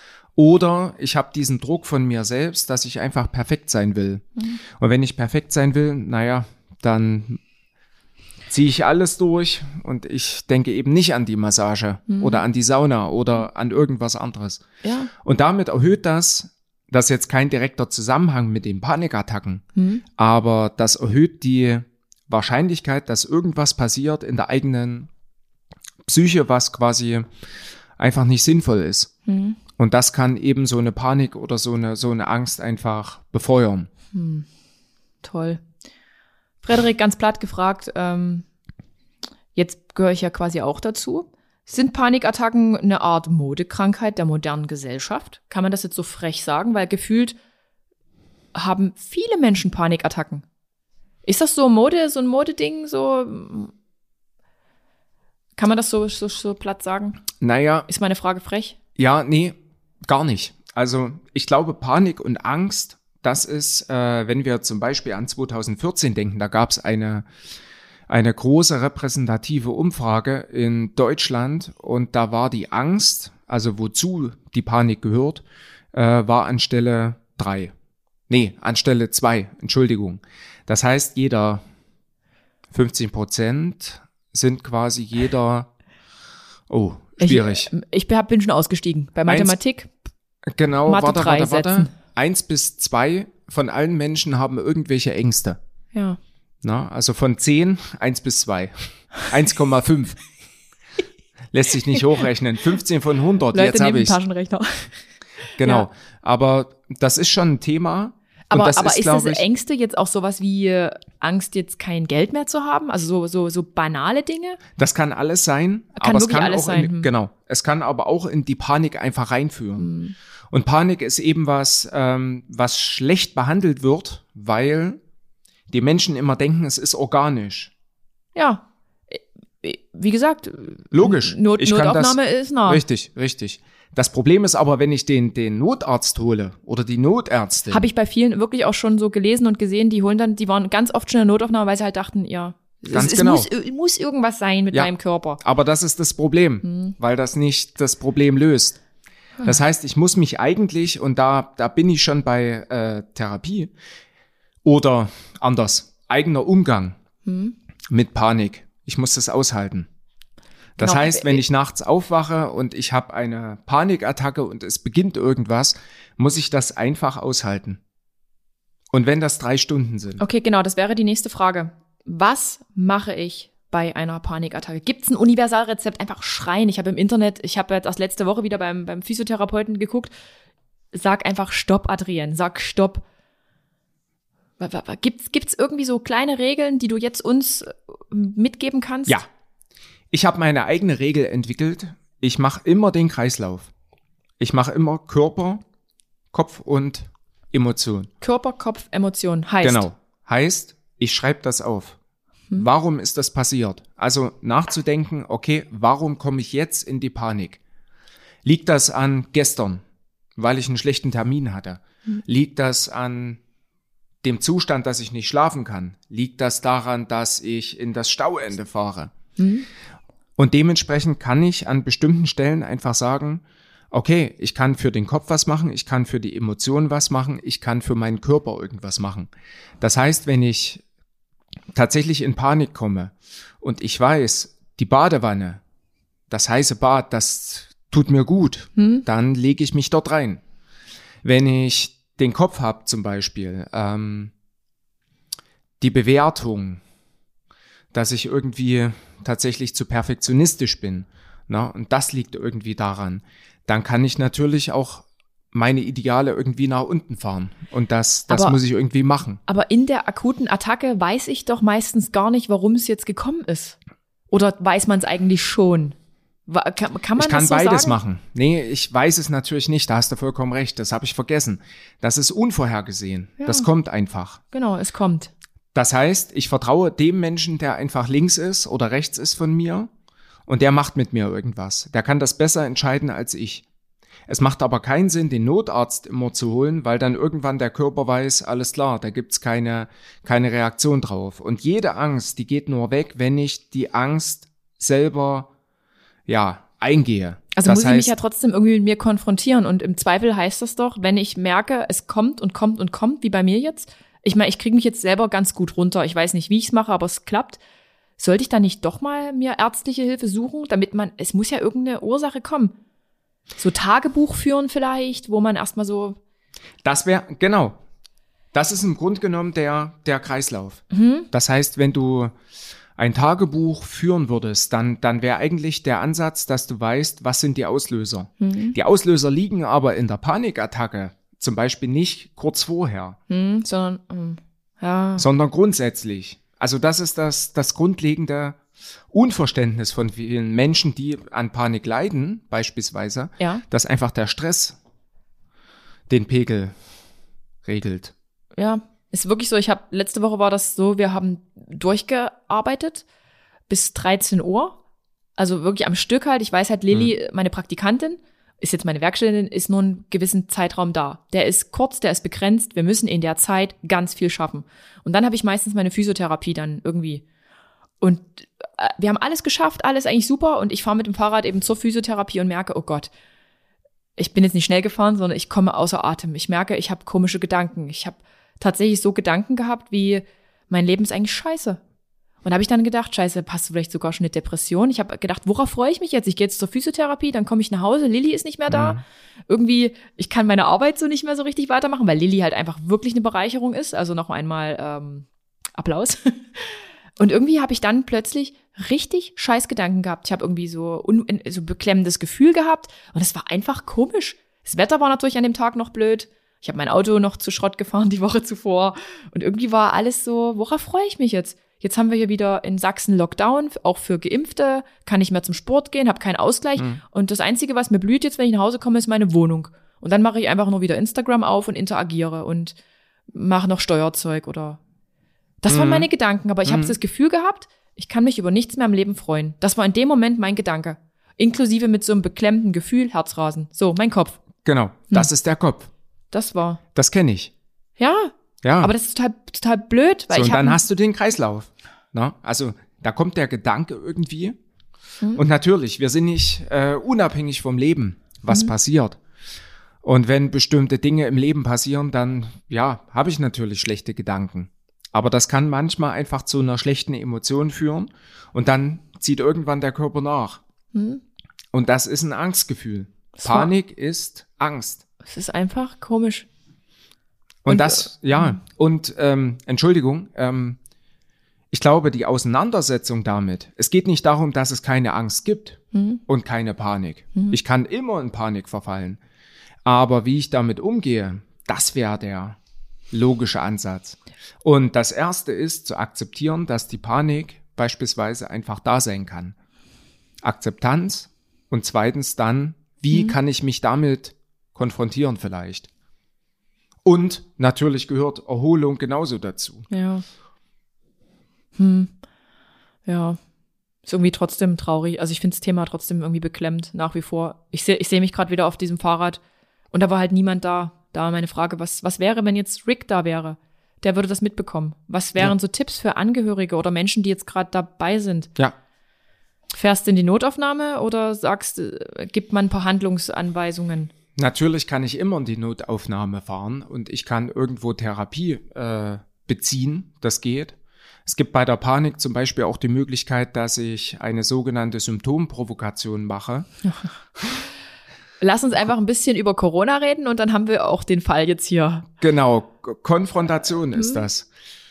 Oder ich habe diesen Druck von mir selbst, dass ich einfach perfekt sein will. Und wenn ich perfekt sein will, dann ziehe ich alles durch und ich denke eben nicht an die Massage oder an die Sauna oder an irgendwas anderes. Ja. Und damit erhöht das ist jetzt kein direkter Zusammenhang mit den Panikattacken, aber das erhöht die Wahrscheinlichkeit, dass irgendwas passiert in der eigenen Psyche, was quasi einfach nicht sinnvoll ist. Und das kann eben so eine Panik oder so eine Angst einfach befeuern. Toll. Frederik, ganz platt gefragt, jetzt gehöre ich ja quasi auch dazu. Sind Panikattacken eine Art Modekrankheit der modernen Gesellschaft? Kann man das jetzt so frech sagen? Weil gefühlt haben viele Menschen Panikattacken. Ist das so ein Modeding, so? Kann man das so platt sagen? Naja. Ist meine Frage frech? Ja, nee, gar nicht. Also ich glaube, Panik und Angst, das ist, wenn wir zum Beispiel an 2014 denken, da gab es eine große repräsentative Umfrage in Deutschland und da war die Angst, also wozu die Panik gehört, war an Stelle 3. Nee, an Stelle 2, Entschuldigung. Das heißt, 50% sind quasi schwierig. Ich bin schon ausgestiegen. Bei Mathematik. Genau, Mathe warte. 1 bis 2 von allen Menschen haben irgendwelche Ängste. Ja. Na, also von 10, 1 bis 2. 1,5. Lässt sich nicht hochrechnen. 15 von 100, Leute, jetzt habe ich Taschenrechner. Genau, Ja. Aber das ist schon ein Thema. Aber ist das Ängste jetzt auch sowas wie Angst, jetzt kein Geld mehr zu haben? Also so banale Dinge? Das kann alles sein. Kann aber wirklich es kann alles auch sein. Genau. Es kann aber auch in die Panik einfach reinführen. Und Panik ist eben was schlecht behandelt wird, weil die Menschen immer denken, es ist organisch. Ja. Wie gesagt, Logisch. Notaufnahme ist nah. Richtig. Das Problem ist aber, wenn ich den Notarzt hole oder die Notärztin. Habe ich bei vielen wirklich auch schon so gelesen und gesehen, die waren ganz oft schon in der Notaufnahme, weil sie halt dachten, es muss irgendwas sein mit meinem Körper. Aber das ist das Problem, weil das nicht das Problem löst. Das heißt, ich muss mich eigentlich, und da bin ich schon bei Therapie oder anders, eigener Umgang mit Panik. Ich muss das aushalten. Das heißt, wenn ich nachts aufwache und ich habe eine Panikattacke und es beginnt irgendwas, muss ich das einfach aushalten. Und wenn das 3 Stunden sind. Okay, genau, das wäre die nächste Frage. Was mache ich bei einer Panikattacke? Gibt es ein Universalrezept? Einfach schreien. Ich habe im Internet, ich habe jetzt erst letzte Woche wieder beim Physiotherapeuten geguckt. Sag einfach Stopp, Adrienne. Sag Stopp. Gibt's irgendwie so kleine Regeln, die du jetzt uns mitgeben kannst? Ja. Ich habe meine eigene Regel entwickelt. Ich mache immer den Kreislauf. Ich mache immer Körper, Kopf und Emotion. Körper, Kopf, Emotion heißt? Genau. Heißt, ich schreibe das auf. Warum ist das passiert? Also nachzudenken, okay, warum komme ich jetzt in die Panik? Liegt das an gestern, weil ich einen schlechten Termin hatte? Liegt das an dem Zustand, dass ich nicht schlafen kann? Liegt das daran, dass ich in das Stauende fahre? Und dementsprechend kann ich an bestimmten Stellen einfach sagen, okay, ich kann für den Kopf was machen, ich kann für die Emotionen was machen, ich kann für meinen Körper irgendwas machen. Das heißt, wenn ich tatsächlich in Panik komme und ich weiß, die Badewanne, das heiße Bad, das tut mir gut, dann lege ich mich dort rein. Wenn ich den Kopf habe zum Beispiel, die Bewertung, dass ich irgendwie tatsächlich zu perfektionistisch bin, na, und das liegt irgendwie daran, dann kann ich natürlich auch meine Ideale irgendwie nach unten fahren. Und das muss ich irgendwie machen. Aber in der akuten Attacke weiß ich doch meistens gar nicht, warum es jetzt gekommen ist. Oder weiß man es eigentlich schon? Kann man ich kann das so beides sagen? machen. Nee, ich weiß es natürlich nicht. Da hast du vollkommen recht. Das habe ich vergessen. Das ist unvorhergesehen. Ja. Das kommt einfach. Genau, es kommt. Das heißt, ich vertraue dem Menschen, der einfach links ist oder rechts ist von mir. Und der macht mit mir irgendwas. Der kann das besser entscheiden als ich. Es macht aber keinen Sinn, den Notarzt immer zu holen, weil dann irgendwann der Körper weiß, alles klar, da gibt's keine Reaktion drauf. Und jede Angst, die geht nur weg, wenn ich die Angst selber, eingehe. Also das muss ich mich ja trotzdem irgendwie mit mir konfrontieren. Und im Zweifel heißt das doch, wenn ich merke, es kommt und kommt und kommt, wie bei mir jetzt. Ich meine, ich kriege mich jetzt selber ganz gut runter. Ich weiß nicht, wie ich es mache, aber es klappt. Sollte ich dann nicht doch mal mir ärztliche Hilfe suchen, es muss ja irgendeine Ursache kommen. So Tagebuch führen vielleicht, wo man erstmal so. Das wäre, genau. Das ist im Grunde genommen der Kreislauf. Das heißt, wenn du ein Tagebuch führen würdest, dann wäre eigentlich der Ansatz, dass du weißt, was sind die Auslöser. Die Auslöser liegen aber in der Panikattacke zum Beispiel nicht kurz vorher. Sondern grundsätzlich. Also das ist das grundlegende Unverständnis von vielen Menschen, die an Panik leiden, beispielsweise, dass einfach der Stress den Pegel regelt. Ja, ist wirklich so. Letzte Woche war das so, wir haben durchgearbeitet bis 13 Uhr. Also wirklich am Stück halt. Ich weiß halt, Lilly, meine Praktikantin, ist jetzt meine Werkstättin, ist nur einen gewissen Zeitraum da. Der ist kurz, der ist begrenzt. Wir müssen in der Zeit ganz viel schaffen. Und dann habe ich meistens meine Physiotherapie dann irgendwie. Und wir haben alles geschafft, alles eigentlich super. Und ich fahre mit dem Fahrrad eben zur Physiotherapie und merke, oh Gott, ich bin jetzt nicht schnell gefahren, sondern ich komme außer Atem. Ich merke, ich habe komische Gedanken. Ich habe tatsächlich so Gedanken gehabt, wie mein Leben ist eigentlich scheiße. Und da habe ich dann gedacht, scheiße, hast du vielleicht sogar schon eine Depression? Ich habe gedacht, worauf freue ich mich jetzt? Ich gehe jetzt zur Physiotherapie, dann komme ich nach Hause, Lilly ist nicht mehr da. Irgendwie, ich kann meine Arbeit so nicht mehr so richtig weitermachen, weil Lilly halt einfach wirklich eine Bereicherung ist. Also noch einmal Applaus. Und irgendwie habe ich dann plötzlich richtig scheiß Gedanken gehabt. Ich habe irgendwie so beklemmendes Gefühl gehabt und es war einfach komisch. Das Wetter war natürlich an dem Tag noch blöd. Ich habe mein Auto noch zu Schrott gefahren die Woche zuvor. Und irgendwie war alles so, worauf freue ich mich jetzt? Jetzt haben wir hier wieder in Sachsen Lockdown, auch für Geimpfte, kann nicht mehr zum Sport gehen, habe keinen Ausgleich. Und das Einzige, was mir blüht jetzt, wenn ich nach Hause komme, ist meine Wohnung. Und dann mache ich einfach nur wieder Instagram auf und interagiere und mache noch Steuerzeug oder. Das waren meine Gedanken, aber ich habe das Gefühl gehabt, ich kann mich über nichts mehr im Leben freuen. Das war in dem Moment mein Gedanke. Inklusive mit so einem beklemmten Gefühl, Herzrasen. So, mein Kopf. Genau, das ist der Kopf. Das kenne ich. Ja. Aber das ist total blöd. Weil so, und dann hast du den Kreislauf. Na? Also da kommt der Gedanke irgendwie. Und natürlich, wir sind nicht unabhängig vom Leben, was passiert. Und wenn bestimmte Dinge im Leben passieren, dann habe ich natürlich schlechte Gedanken. Aber das kann manchmal einfach zu einer schlechten Emotion führen und dann zieht irgendwann der Körper nach. Und das ist ein Angstgefühl. Panik ist Angst. Es ist einfach komisch. Entschuldigung, ich glaube, die Auseinandersetzung damit, es geht nicht darum, dass es keine Angst gibt und keine Panik. Ich kann immer in Panik verfallen. Aber wie ich damit umgehe, das wäre der logische Ansatz. Und das Erste ist zu akzeptieren, dass die Panik beispielsweise einfach da sein kann. Akzeptanz und zweitens dann, wie kann ich mich damit konfrontieren vielleicht? Und natürlich gehört Erholung genauso dazu. Ja. Ja. Ist irgendwie trotzdem traurig. Also ich finde das Thema trotzdem irgendwie beklemmend, nach wie vor. Ich seh mich gerade wieder auf diesem Fahrrad und da war halt niemand da. Da war meine Frage, was wäre, wenn jetzt Rick da wäre? Der würde das mitbekommen. Was wären so Tipps für Angehörige oder Menschen, die jetzt gerade dabei sind? Ja. Fährst du in die Notaufnahme oder gibt man ein paar Handlungsanweisungen? Natürlich kann ich immer in die Notaufnahme fahren und ich kann irgendwo Therapie beziehen, das geht. Es gibt bei der Panik zum Beispiel auch die Möglichkeit, dass ich eine sogenannte Symptomprovokation mache. Lass uns einfach ein bisschen über Corona reden und dann haben wir auch den Fall jetzt hier. Genau, Konfrontation ist das.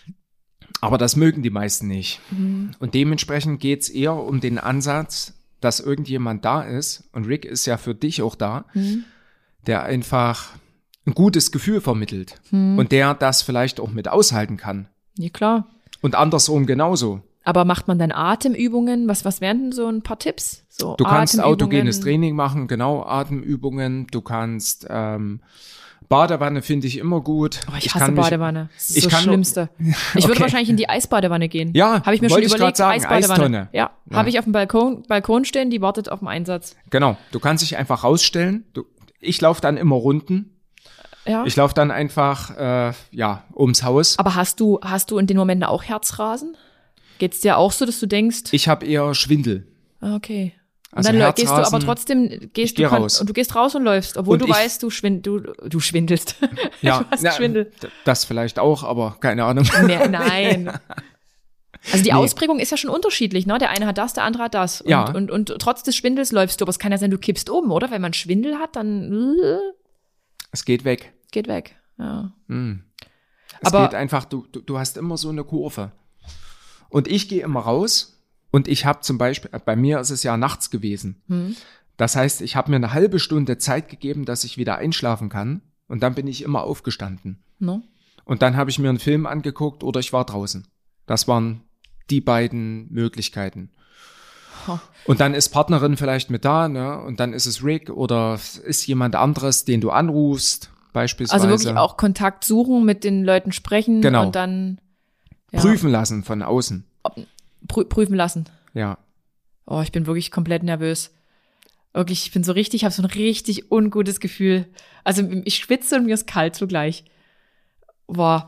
Aber das mögen die meisten nicht. Und dementsprechend geht's eher um den Ansatz, dass irgendjemand da ist, und Rick ist ja für dich auch da, der einfach ein gutes Gefühl vermittelt und der das vielleicht auch mit aushalten kann. Ja, klar. Und andersrum genauso. Aber macht man dann Atemübungen? Was wären denn so ein paar Tipps? So du kannst autogenes Training machen, genau, Atemübungen. Du kannst Badewanne finde ich immer gut. Oh, ich hasse Badewanne. Das ist das Schlimmste. Ich würde wahrscheinlich in die Eisbadewanne gehen. Ja, habe ich mir schon überlegt. Sagen, Eistonne. Ja, habe ich auf dem Balkon stehen, die wartet auf den Einsatz. Genau, du kannst dich einfach rausstellen. Ich laufe dann immer Runden. Ja. Ich laufe dann einfach ums Haus. Aber hast du in den Momenten auch Herzrasen? Geht's dir auch so, dass du denkst? Ich habe eher Schwindel. Okay. Und also dann gehst du aber trotzdem, raus. Und du gehst raus und läufst, obwohl du weißt, du schwindelst. Ja, du hast Schwindel. Das vielleicht auch, aber keine Ahnung. Nein. Also die Ausprägung ist ja schon unterschiedlich, ne? Der eine hat das, der andere hat das. Und trotz des Schwindels läufst du, aber es kann ja sein, du kippst um, oder? Wenn man Schwindel hat, dann es geht weg. Geht weg, ja. Es geht einfach, du hast immer so eine Kurve. Und ich gehe immer raus und ich habe zum Beispiel, bei mir ist es ja nachts gewesen. Das heißt, ich habe mir eine halbe Stunde Zeit gegeben, dass ich wieder einschlafen kann und dann bin ich immer aufgestanden. No. Und dann habe ich mir einen Film angeguckt oder ich war draußen. Das waren die beiden Möglichkeiten. Und dann ist Partnerin vielleicht mit da, ne? Und dann ist es Rick oder ist jemand anderes, den du anrufst, beispielsweise. Also wirklich auch Kontakt suchen, mit den Leuten sprechen und dann prüfen lassen von außen. Prüfen lassen. Ja. Oh, ich bin wirklich komplett nervös. Wirklich, ich habe so ein richtig ungutes Gefühl. Also ich schwitze und mir ist kalt zugleich. Boah.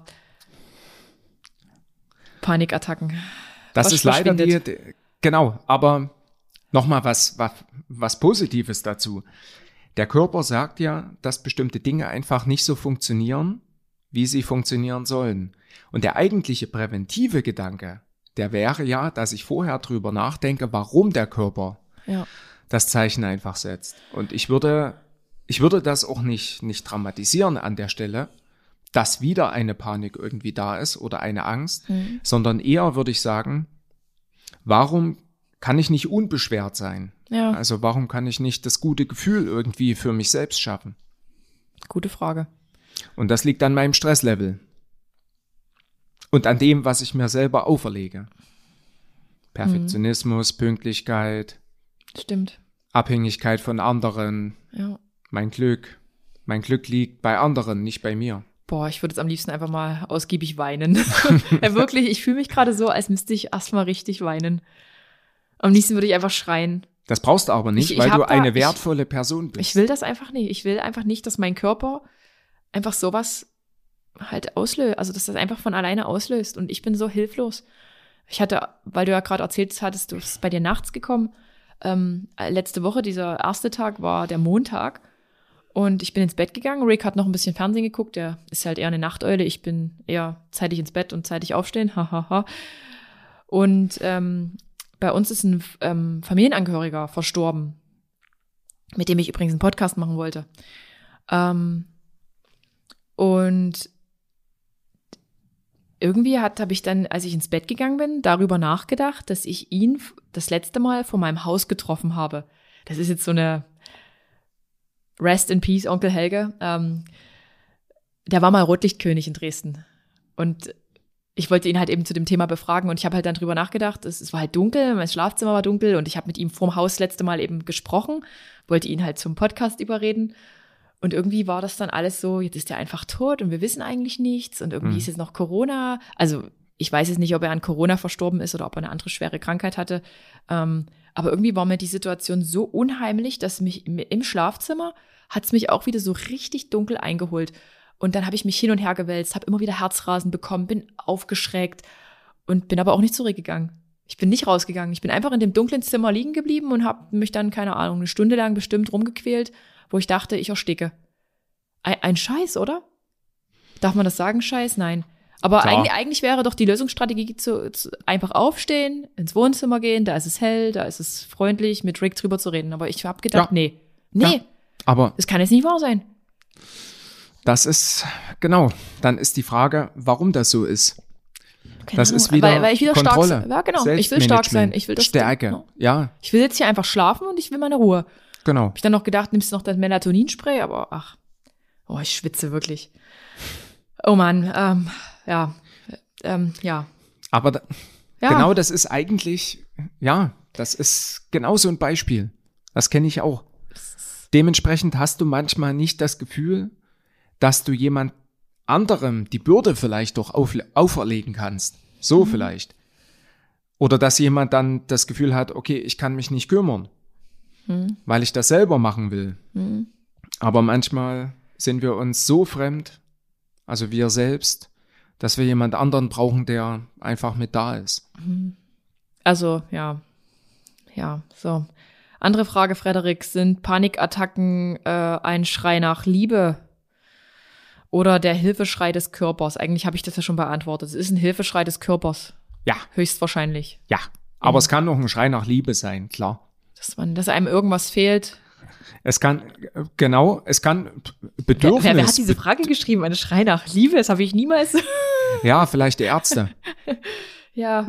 Panikattacken. Das ist leider genau, aber nochmal was Positives dazu. Der Körper sagt ja, dass bestimmte Dinge einfach nicht so funktionieren, wie sie funktionieren sollen. Und der eigentliche präventive Gedanke, der wäre ja, dass ich vorher drüber nachdenke, warum der Körper das Zeichen einfach setzt. Und ich würde das auch nicht dramatisieren an der Stelle, dass wieder eine Panik irgendwie da ist oder eine Angst, sondern eher würde ich sagen, warum kann ich nicht unbeschwert sein? Ja. Also warum kann ich nicht das gute Gefühl irgendwie für mich selbst schaffen? Gute Frage. Und das liegt an meinem Stresslevel. Und an dem, was ich mir selber auferlege. Perfektionismus, Pünktlichkeit. Stimmt. Abhängigkeit von anderen. Ja. Mein Glück liegt bei anderen, nicht bei mir. Boah, ich würde jetzt am liebsten einfach mal ausgiebig weinen. Ja, wirklich, ich fühle mich gerade so, als müsste ich erstmal richtig weinen. Am liebsten würde ich einfach schreien. Das brauchst du aber nicht, weil du eine wertvolle Person bist. Ich will das einfach nicht. Ich will einfach nicht, dass mein Körper einfach sowas halt auslöst. Also, dass das einfach von alleine auslöst. Und ich bin so hilflos. Ich hatte, weil du ja gerade erzählt hattest, du bist bei dir nachts gekommen. Letzte Woche, dieser erste Tag, war der Montag. Und ich bin ins Bett gegangen. Rick hat noch ein bisschen Fernsehen geguckt. Der ist halt eher eine Nachteule. Ich bin eher zeitig ins Bett und zeitig aufstehen. Hahaha. Und bei uns ist ein Familienangehöriger verstorben, mit dem ich übrigens einen Podcast machen wollte. Und irgendwie habe ich dann, als ich ins Bett gegangen bin, darüber nachgedacht, dass ich ihn das letzte Mal vor meinem Haus getroffen habe. Das ist jetzt so eine Rest in Peace, Onkel Helge. Der war mal Rotlichtkönig in Dresden. Und ich wollte ihn halt eben zu dem Thema befragen und ich habe halt dann drüber nachgedacht, es war halt dunkel, mein Schlafzimmer war dunkel und ich habe mit ihm vorm Haus das letzte Mal eben gesprochen, wollte ihn halt zum Podcast überreden und irgendwie war das dann alles so, jetzt ist er einfach tot und wir wissen eigentlich nichts und irgendwie ist jetzt noch Corona, also ich weiß jetzt nicht, ob er an Corona verstorben ist oder ob er eine andere schwere Krankheit hatte, aber irgendwie war mir die Situation so unheimlich, dass mich im Schlafzimmer hat es mich auch wieder so richtig dunkel eingeholt. Und dann habe ich mich hin und her gewälzt, habe immer wieder Herzrasen bekommen, bin aufgeschreckt und bin aber auch nicht zurückgegangen. Ich bin nicht rausgegangen. Ich bin einfach in dem dunklen Zimmer liegen geblieben und habe mich dann, keine Ahnung, eine Stunde lang bestimmt rumgequält, wo ich dachte, ich ersticke. Ein Scheiß, oder? Darf man das sagen, Scheiß? Nein. Aber eigentlich wäre doch die Lösungsstrategie zu einfach aufstehen, ins Wohnzimmer gehen, da ist es hell, da ist es freundlich, mit Rick drüber zu reden. Aber ich habe gedacht, nee, aber das kann jetzt nicht wahr sein. Das ist, genau, dann ist die Frage, warum das so ist. Genau, das ist wieder weil ich wieder Kontrolle, stark sein. Ja, genau. Ich will stark sein. Ich will das Stärke, genau. Ja. Ich will jetzt hier einfach schlafen und ich will meine Ruhe. Genau. Hab ich dann noch gedacht, nimmst du noch das Melatoninspray, aber ich schwitze wirklich. Oh Mann, ja. Aber genau das ist eigentlich, das ist genau so ein Beispiel. Das kenne ich auch. Dementsprechend hast du manchmal nicht das Gefühl, dass du jemand anderem die Bürde vielleicht doch auferlegen kannst. So vielleicht. Oder dass jemand dann das Gefühl hat, okay, ich kann mich nicht kümmern, weil ich das selber machen will. Aber manchmal sind wir uns so fremd, also wir selbst, dass wir jemand anderen brauchen, der einfach mit da ist. Also, so. Andere Frage, Frederik, sind Panikattacken ein Schrei nach Liebe? Oder der Hilfeschrei des Körpers? Eigentlich habe ich das ja schon beantwortet. Es ist ein Hilfeschrei des Körpers. Ja. Höchstwahrscheinlich. Ja, aber es kann auch ein Schrei nach Liebe sein, klar. Dass einem irgendwas fehlt. Es kann Bedürfnis. Wer hat diese Frage geschrieben? Ein Schrei nach Liebe? Das habe ich niemals. Ja, vielleicht die Ärzte. Ja.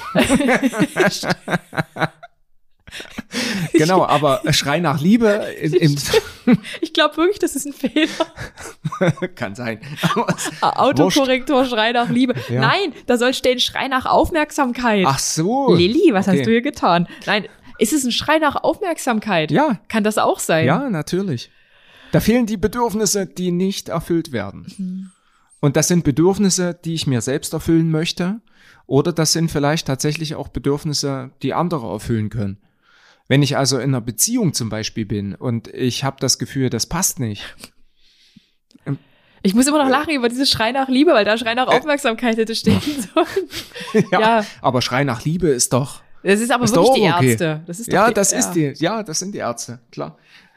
Genau, aber Schrei nach Liebe ich glaube wirklich, das ist ein Fehler. Kann sein. Autokorrektor, Schrei nach Liebe. Ja. Nein, da soll stehen Schrei nach Aufmerksamkeit. Ach so. Lilly, was hast du hier getan? Nein, ist es ein Schrei nach Aufmerksamkeit? Ja. Kann das auch sein? Ja, natürlich. Da fehlen die Bedürfnisse, die nicht erfüllt werden. Und das sind Bedürfnisse, die ich mir selbst erfüllen möchte. Oder das sind vielleicht tatsächlich auch Bedürfnisse, die andere erfüllen können. Wenn ich also in einer Beziehung zum Beispiel bin und ich habe das Gefühl, das passt nicht. Ich muss immer noch lachen über dieses Schrei nach Liebe, weil da Schrei nach Aufmerksamkeit hätte stehen sollen. Ja, aber Schrei nach Liebe ist doch. Das ist aber ist wirklich die Ärzte. Das ist doch das sind die Ärzte, klar.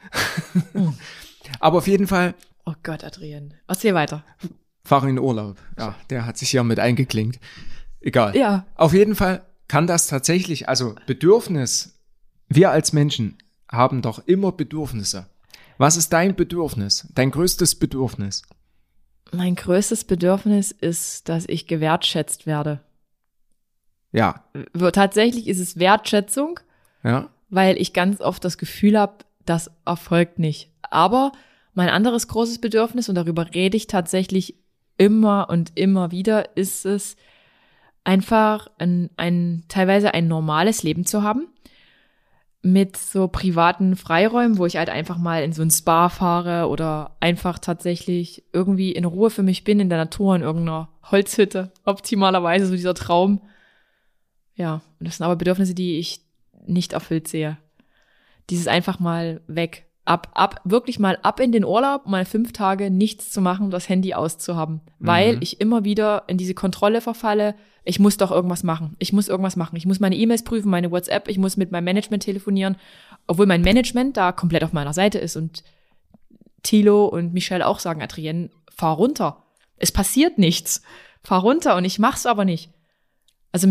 Aber auf jeden Fall. Oh Gott, Adrian. Erzähl weiter. Fahr in Urlaub. Ja, der hat sich ja mit eingeklinkt. Egal. Ja. Auf jeden Fall kann das tatsächlich, also Bedürfnis, wir als Menschen haben doch immer Bedürfnisse. Was ist dein Bedürfnis? Dein größtes Bedürfnis? Mein größtes Bedürfnis ist, dass ich gewertschätzt werde. Ja. Tatsächlich ist es Wertschätzung, weil ich ganz oft das Gefühl habe, das erfolgt nicht. Aber mein anderes großes Bedürfnis, und darüber rede ich tatsächlich immer und immer wieder, ist es, einfach teilweise ein normales Leben zu haben, mit so privaten Freiräumen, wo ich halt einfach mal in so ein Spa fahre oder einfach tatsächlich irgendwie in Ruhe für mich bin, in der Natur, in irgendeiner Holzhütte, optimalerweise so dieser Traum. Ja, und das sind aber Bedürfnisse, die ich nicht erfüllt sehe. Dieses einfach mal weg. Wirklich mal ab in den Urlaub, mal 5 Tage nichts zu machen, das Handy auszuhaben. Weil ich immer wieder in diese Kontrolle verfalle, ich muss doch irgendwas machen. Ich muss meine E-Mails prüfen, meine WhatsApp, ich muss mit meinem Management telefonieren, obwohl mein Management da komplett auf meiner Seite ist und Thilo und Michelle auch sagen, Adrienne, fahr runter. Es passiert nichts. Fahr runter und ich mach's aber nicht. Also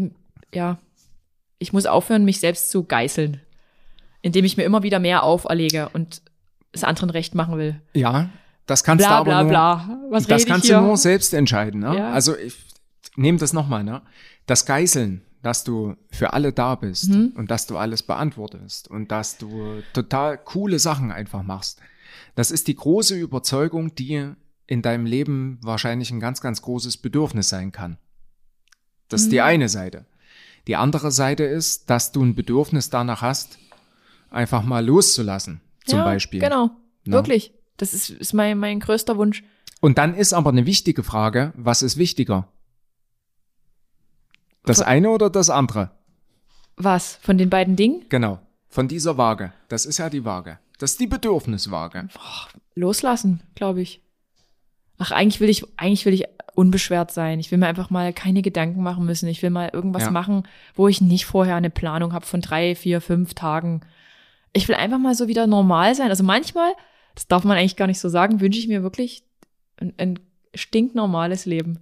ich muss aufhören, mich selbst zu geißeln, indem ich mir immer wieder mehr auferlege und es anderen recht machen will. Ja, das kannst du aber nur, bla. Was das rede kannst ich hier? Du nur selbst entscheiden. Ne? Ja. Also nehmen das nochmal, ne? Das Geißeln, dass du für alle da bist und dass du alles beantwortest und dass du total coole Sachen einfach machst. Das ist die große Überzeugung, die in deinem Leben wahrscheinlich ein ganz, ganz großes Bedürfnis sein kann. Das ist die eine Seite. Die andere Seite ist, dass du ein Bedürfnis danach hast, einfach mal loszulassen, zum Beispiel. Genau, wirklich. Das ist mein größter Wunsch. Und dann ist aber eine wichtige Frage, was ist wichtiger? Das eine oder das andere? Was? Von den beiden Dingen? Genau, von dieser Waage. Das ist ja die Waage. Das ist die Bedürfniswaage. Loslassen, glaube ich. Ach, eigentlich will ich unbeschwert sein. Ich will mir einfach mal keine Gedanken machen müssen. Ich will mal irgendwas machen, wo ich nicht vorher eine Planung habe von 3, 4, 5 Tagen. Ich will einfach mal so wieder normal sein. Also manchmal, das darf man eigentlich gar nicht so sagen, wünsche ich mir wirklich ein stinknormales Leben.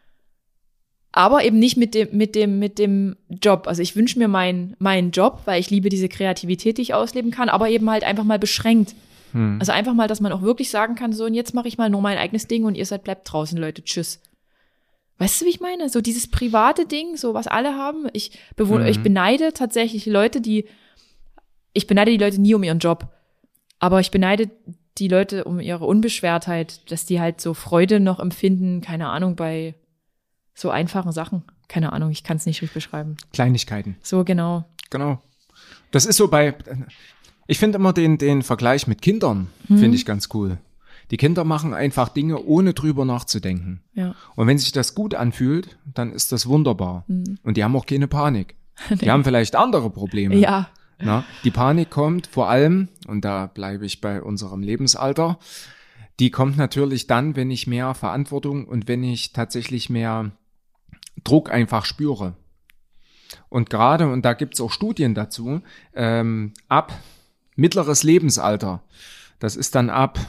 Aber eben nicht mit dem Job. Also ich wünsche mir meinen Job, weil ich liebe diese Kreativität, die ich ausleben kann, aber eben halt einfach mal beschränkt. Also einfach mal, dass man auch wirklich sagen kann, so, und jetzt mache ich mal nur mein eigenes Ding und ihr bleibt draußen, Leute, tschüss. Weißt du, wie ich meine? So dieses private Ding, so was alle haben. Ich beneide tatsächlich ich beneide die Leute nie um ihren Job. Aber ich beneide die Leute um ihre Unbeschwertheit, dass die halt so Freude noch empfinden, keine Ahnung, bei so einfachen Sachen. Keine Ahnung, ich kann es nicht richtig beschreiben. Kleinigkeiten. So, genau. Genau. Das ist so ich finde immer den Vergleich mit Kindern, finde ich ganz cool. Die Kinder machen einfach Dinge, ohne drüber nachzudenken. Ja. Und wenn sich das gut anfühlt, dann ist das wunderbar. Und die haben auch keine Panik. Die haben vielleicht andere Probleme. Ja. Na, die Panik kommt vor allem, und da bleibe ich bei unserem Lebensalter, die kommt natürlich dann, wenn ich mehr Verantwortung und wenn ich tatsächlich mehr Druck einfach spüre. Und gerade, und da gibt's auch Studien dazu, ab mittleres Lebensalter, das ist dann ab,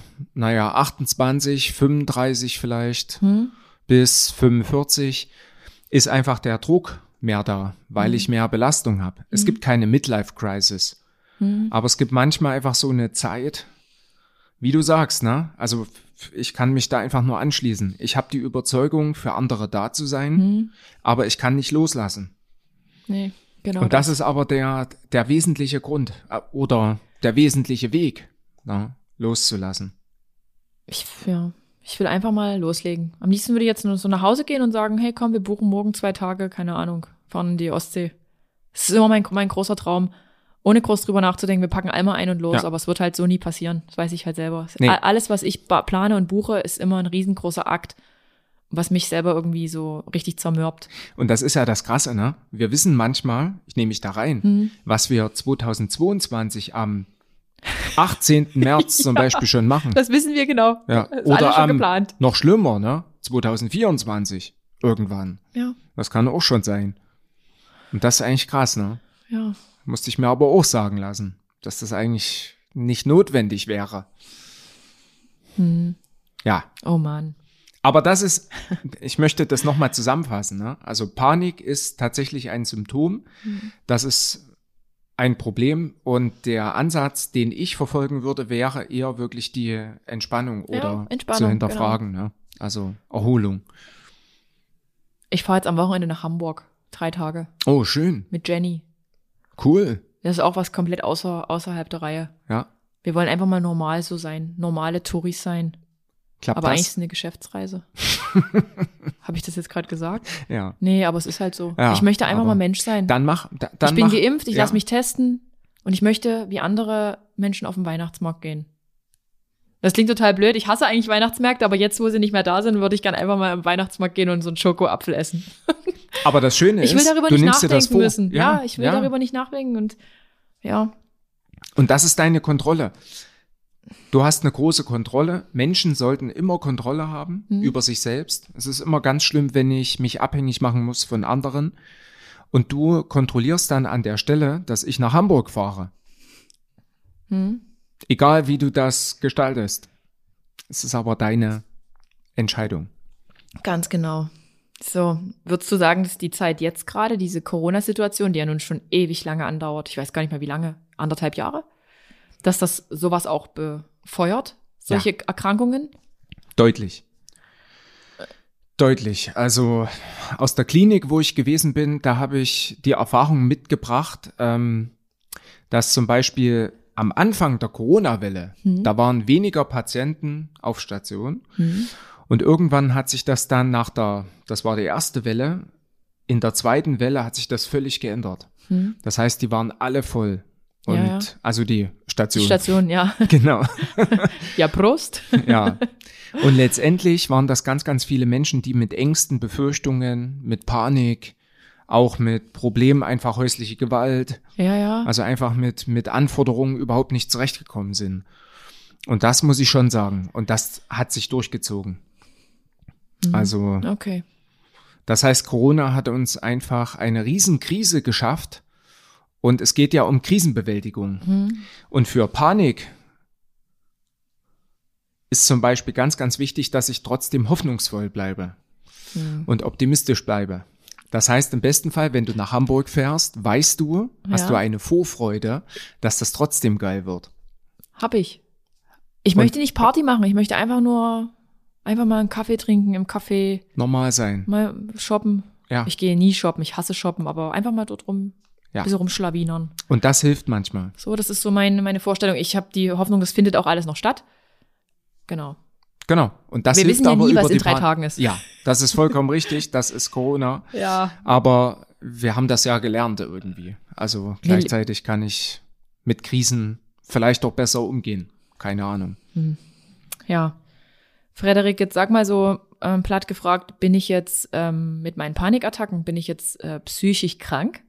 28, 35 vielleicht, bis 45, ist einfach der Druck mehr da, weil ich mehr Belastung habe. Es gibt keine Midlife-Crisis, aber es gibt manchmal einfach so eine Zeit, wie du sagst, ne? Also ich kann mich da einfach nur anschließen. Ich habe die Überzeugung, für andere da zu sein, aber ich kann nicht loslassen. Nee, genau. Und das ist aber der wesentliche Grund oder der wesentliche Weg, ne? Loszulassen. Ich will einfach mal loslegen. Am liebsten würde ich jetzt nur so nach Hause gehen und sagen, hey komm, wir buchen morgen 2 Tage, keine Ahnung, fahren in die Ostsee. Das ist immer mein großer Traum. Ohne groß drüber nachzudenken, wir packen einmal ein und los, aber es wird halt so nie passieren. Das weiß ich halt selber. Nee. Alles, was ich plane und buche, ist immer ein riesengroßer Akt, was mich selber irgendwie so richtig zermürbt. Und das ist ja das Krasse, ne? Wir wissen manchmal, ich nehme mich da rein, was wir 2022 am 18. März zum Beispiel schon machen. Das wissen wir genau. Ja. Oder noch schlimmer, ne? 2024 irgendwann. Ja. Das kann auch schon sein. Und das ist eigentlich krass, ne? Ja. Musste ich mir aber auch sagen lassen, dass das eigentlich nicht notwendig wäre. Ja. Oh Mann. Aber das ist, ich möchte das nochmal zusammenfassen, ne? Also Panik ist tatsächlich ein Symptom. Das ist ein Problem und der Ansatz, den ich verfolgen würde, wäre eher wirklich die Entspannung oder zu hinterfragen, genau. Ne? Also Erholung. Ich fahre jetzt am Wochenende nach Hamburg, 3 Tage. Oh, schön. Mit Jenny. Cool. Das ist auch was komplett außerhalb der Reihe. Ja. Wir wollen einfach mal normal so sein, normale Touris sein. Klappt aber das? Eigentlich ist es eine Geschäftsreise. Habe ich das jetzt gerade gesagt? Ja. Nee, aber es ist halt so. Ja, ich möchte einfach mal Mensch sein. Ich bin geimpft, ich lasse mich testen und ich möchte wie andere Menschen auf den Weihnachtsmarkt gehen. Das klingt total blöd. Ich hasse eigentlich Weihnachtsmärkte, aber jetzt, wo sie nicht mehr da sind, würde ich gerne einfach mal im Weihnachtsmarkt gehen und so einen Schokoapfel essen. Aber das Schöne ist, ich will darüber du nicht nimmst dir das nachdenken vor. müssen. Ja, ich will darüber nicht nachdenken und ja. Und das ist deine Kontrolle. Du hast eine große Kontrolle. Menschen sollten immer Kontrolle haben über sich selbst. Es ist immer ganz schlimm, wenn ich mich abhängig machen muss von anderen. Und du kontrollierst dann an der Stelle, dass ich nach Hamburg fahre. Egal, wie du das gestaltest. Es ist aber deine Entscheidung. Ganz genau. So, würdest du sagen, dass die Zeit jetzt gerade, diese Corona-Situation, die ja nun schon ewig lange andauert, ich weiß gar nicht mehr wie lange, 1,5 Jahre, dass das sowas auch befeuert, solche Erkrankungen? Deutlich. Deutlich. Also aus der Klinik, wo ich gewesen bin, da habe ich die Erfahrung mitgebracht, dass zum Beispiel am Anfang der Corona-Welle, da waren weniger Patienten auf Station. Und irgendwann hat sich das dann das war die erste Welle, in der zweiten Welle hat sich das völlig geändert. Das heißt, die waren alle voll. Und also die Station. Die Station, ja. Genau. Ja, Prost. Ja. Und letztendlich waren das ganz, ganz viele Menschen, die mit Ängsten, Befürchtungen, mit Panik, auch mit Problemen, einfach häusliche Gewalt, also einfach mit Anforderungen überhaupt nicht zurechtgekommen sind. Und das muss ich schon sagen. Und das hat sich durchgezogen. Also, okay. Das heißt, Corona hat uns einfach eine Riesenkrise geschafft. Und es geht ja um Krisenbewältigung. Und für Panik ist zum Beispiel ganz, ganz wichtig, dass ich trotzdem hoffnungsvoll bleibe und optimistisch bleibe. Das heißt, im besten Fall, wenn du nach Hamburg fährst, weißt du, hast du eine Vorfreude, dass das trotzdem geil wird. Hab ich. Ich möchte nicht Party machen, ich möchte einfach mal einen Kaffee trinken im Café. Normal sein. Mal shoppen. Ja. Ich gehe nie shoppen, ich hasse shoppen, aber einfach mal dort rum. Ein bisschen rumschlawinern. Und das hilft manchmal. So, das ist so meine Vorstellung. Ich habe die Hoffnung, das findet auch alles noch statt. Genau. Und das Wir hilft wissen ja aber nie, über was in die 3 Tagen ist. Ja, das ist vollkommen richtig. Das ist Corona. Ja. Aber wir haben das ja gelernt irgendwie. Also gleichzeitig kann ich mit Krisen vielleicht auch besser umgehen. Keine Ahnung. Ja. Frederik, jetzt sag mal so platt gefragt, bin ich jetzt mit meinen Panikattacken, bin ich jetzt psychisch krank?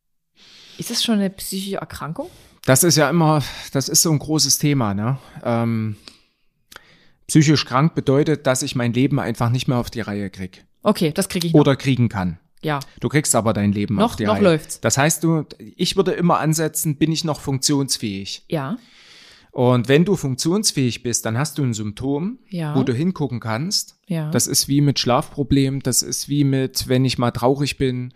Ist das schon eine psychische Erkrankung? Das ist so ein großes Thema, ne? Psychisch krank bedeutet, dass ich mein Leben einfach nicht mehr auf die Reihe kriege. Okay, das kriege ich noch. Oder kriegen kann. Ja. Du kriegst aber dein Leben auf die Reihe. Noch läuft's. Das heißt, ich würde immer ansetzen, bin ich noch funktionsfähig? Ja. Und wenn du funktionsfähig bist, dann hast du ein Symptom, wo du hingucken kannst. Ja. Das ist wie mit Schlafproblemen, das ist wie mit, wenn ich mal traurig bin,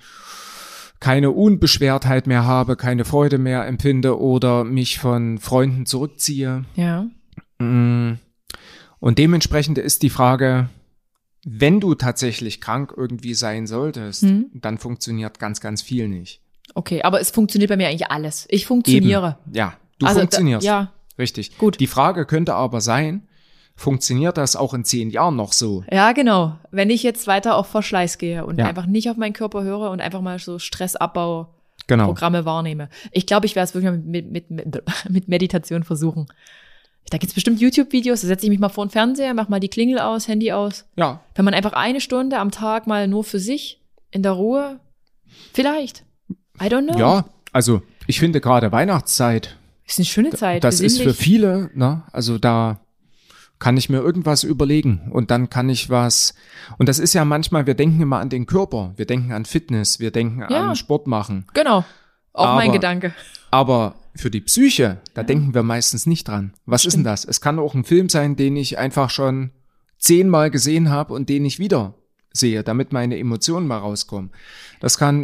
keine Unbeschwertheit mehr habe, keine Freude mehr empfinde oder mich von Freunden zurückziehe. Ja. Und dementsprechend ist die Frage, wenn du tatsächlich krank irgendwie sein solltest, dann funktioniert ganz, ganz viel nicht. Okay, aber es funktioniert bei mir eigentlich alles. Ich funktioniere. Eben. Ja, du funktionierst. Ja. Richtig. Gut. Die Frage könnte aber sein, funktioniert das auch in 10 Jahren noch so? Ja, genau. Wenn ich jetzt weiter auf Verschleiß gehe und einfach nicht auf meinen Körper höre und einfach mal so Stressabbau-Programme wahrnehme. Ich glaube, ich werde es wirklich mal mit Meditation versuchen. Da gibt's bestimmt YouTube-Videos, da setze ich mich mal vor den Fernseher, mach mal die Klingel aus, Handy aus. Ja. Wenn man einfach 1 Stunde am Tag mal nur für sich, in der Ruhe, vielleicht. I don't know. Ja, also ich finde gerade Weihnachtszeit. Ist eine schöne Zeit. Das ist für viele, ne? Also da kann ich mir irgendwas überlegen und dann kann ich was. Und das ist ja manchmal, wir denken immer an den Körper, wir denken an Fitness, wir denken an Sport machen. Genau, auch mein Gedanke. Aber für die Psyche, da denken wir meistens nicht dran. Was ist denn das? Es kann auch ein Film sein, den ich einfach schon 10-mal gesehen habe und den ich wieder sehe, damit meine Emotionen mal rauskommen. Das kann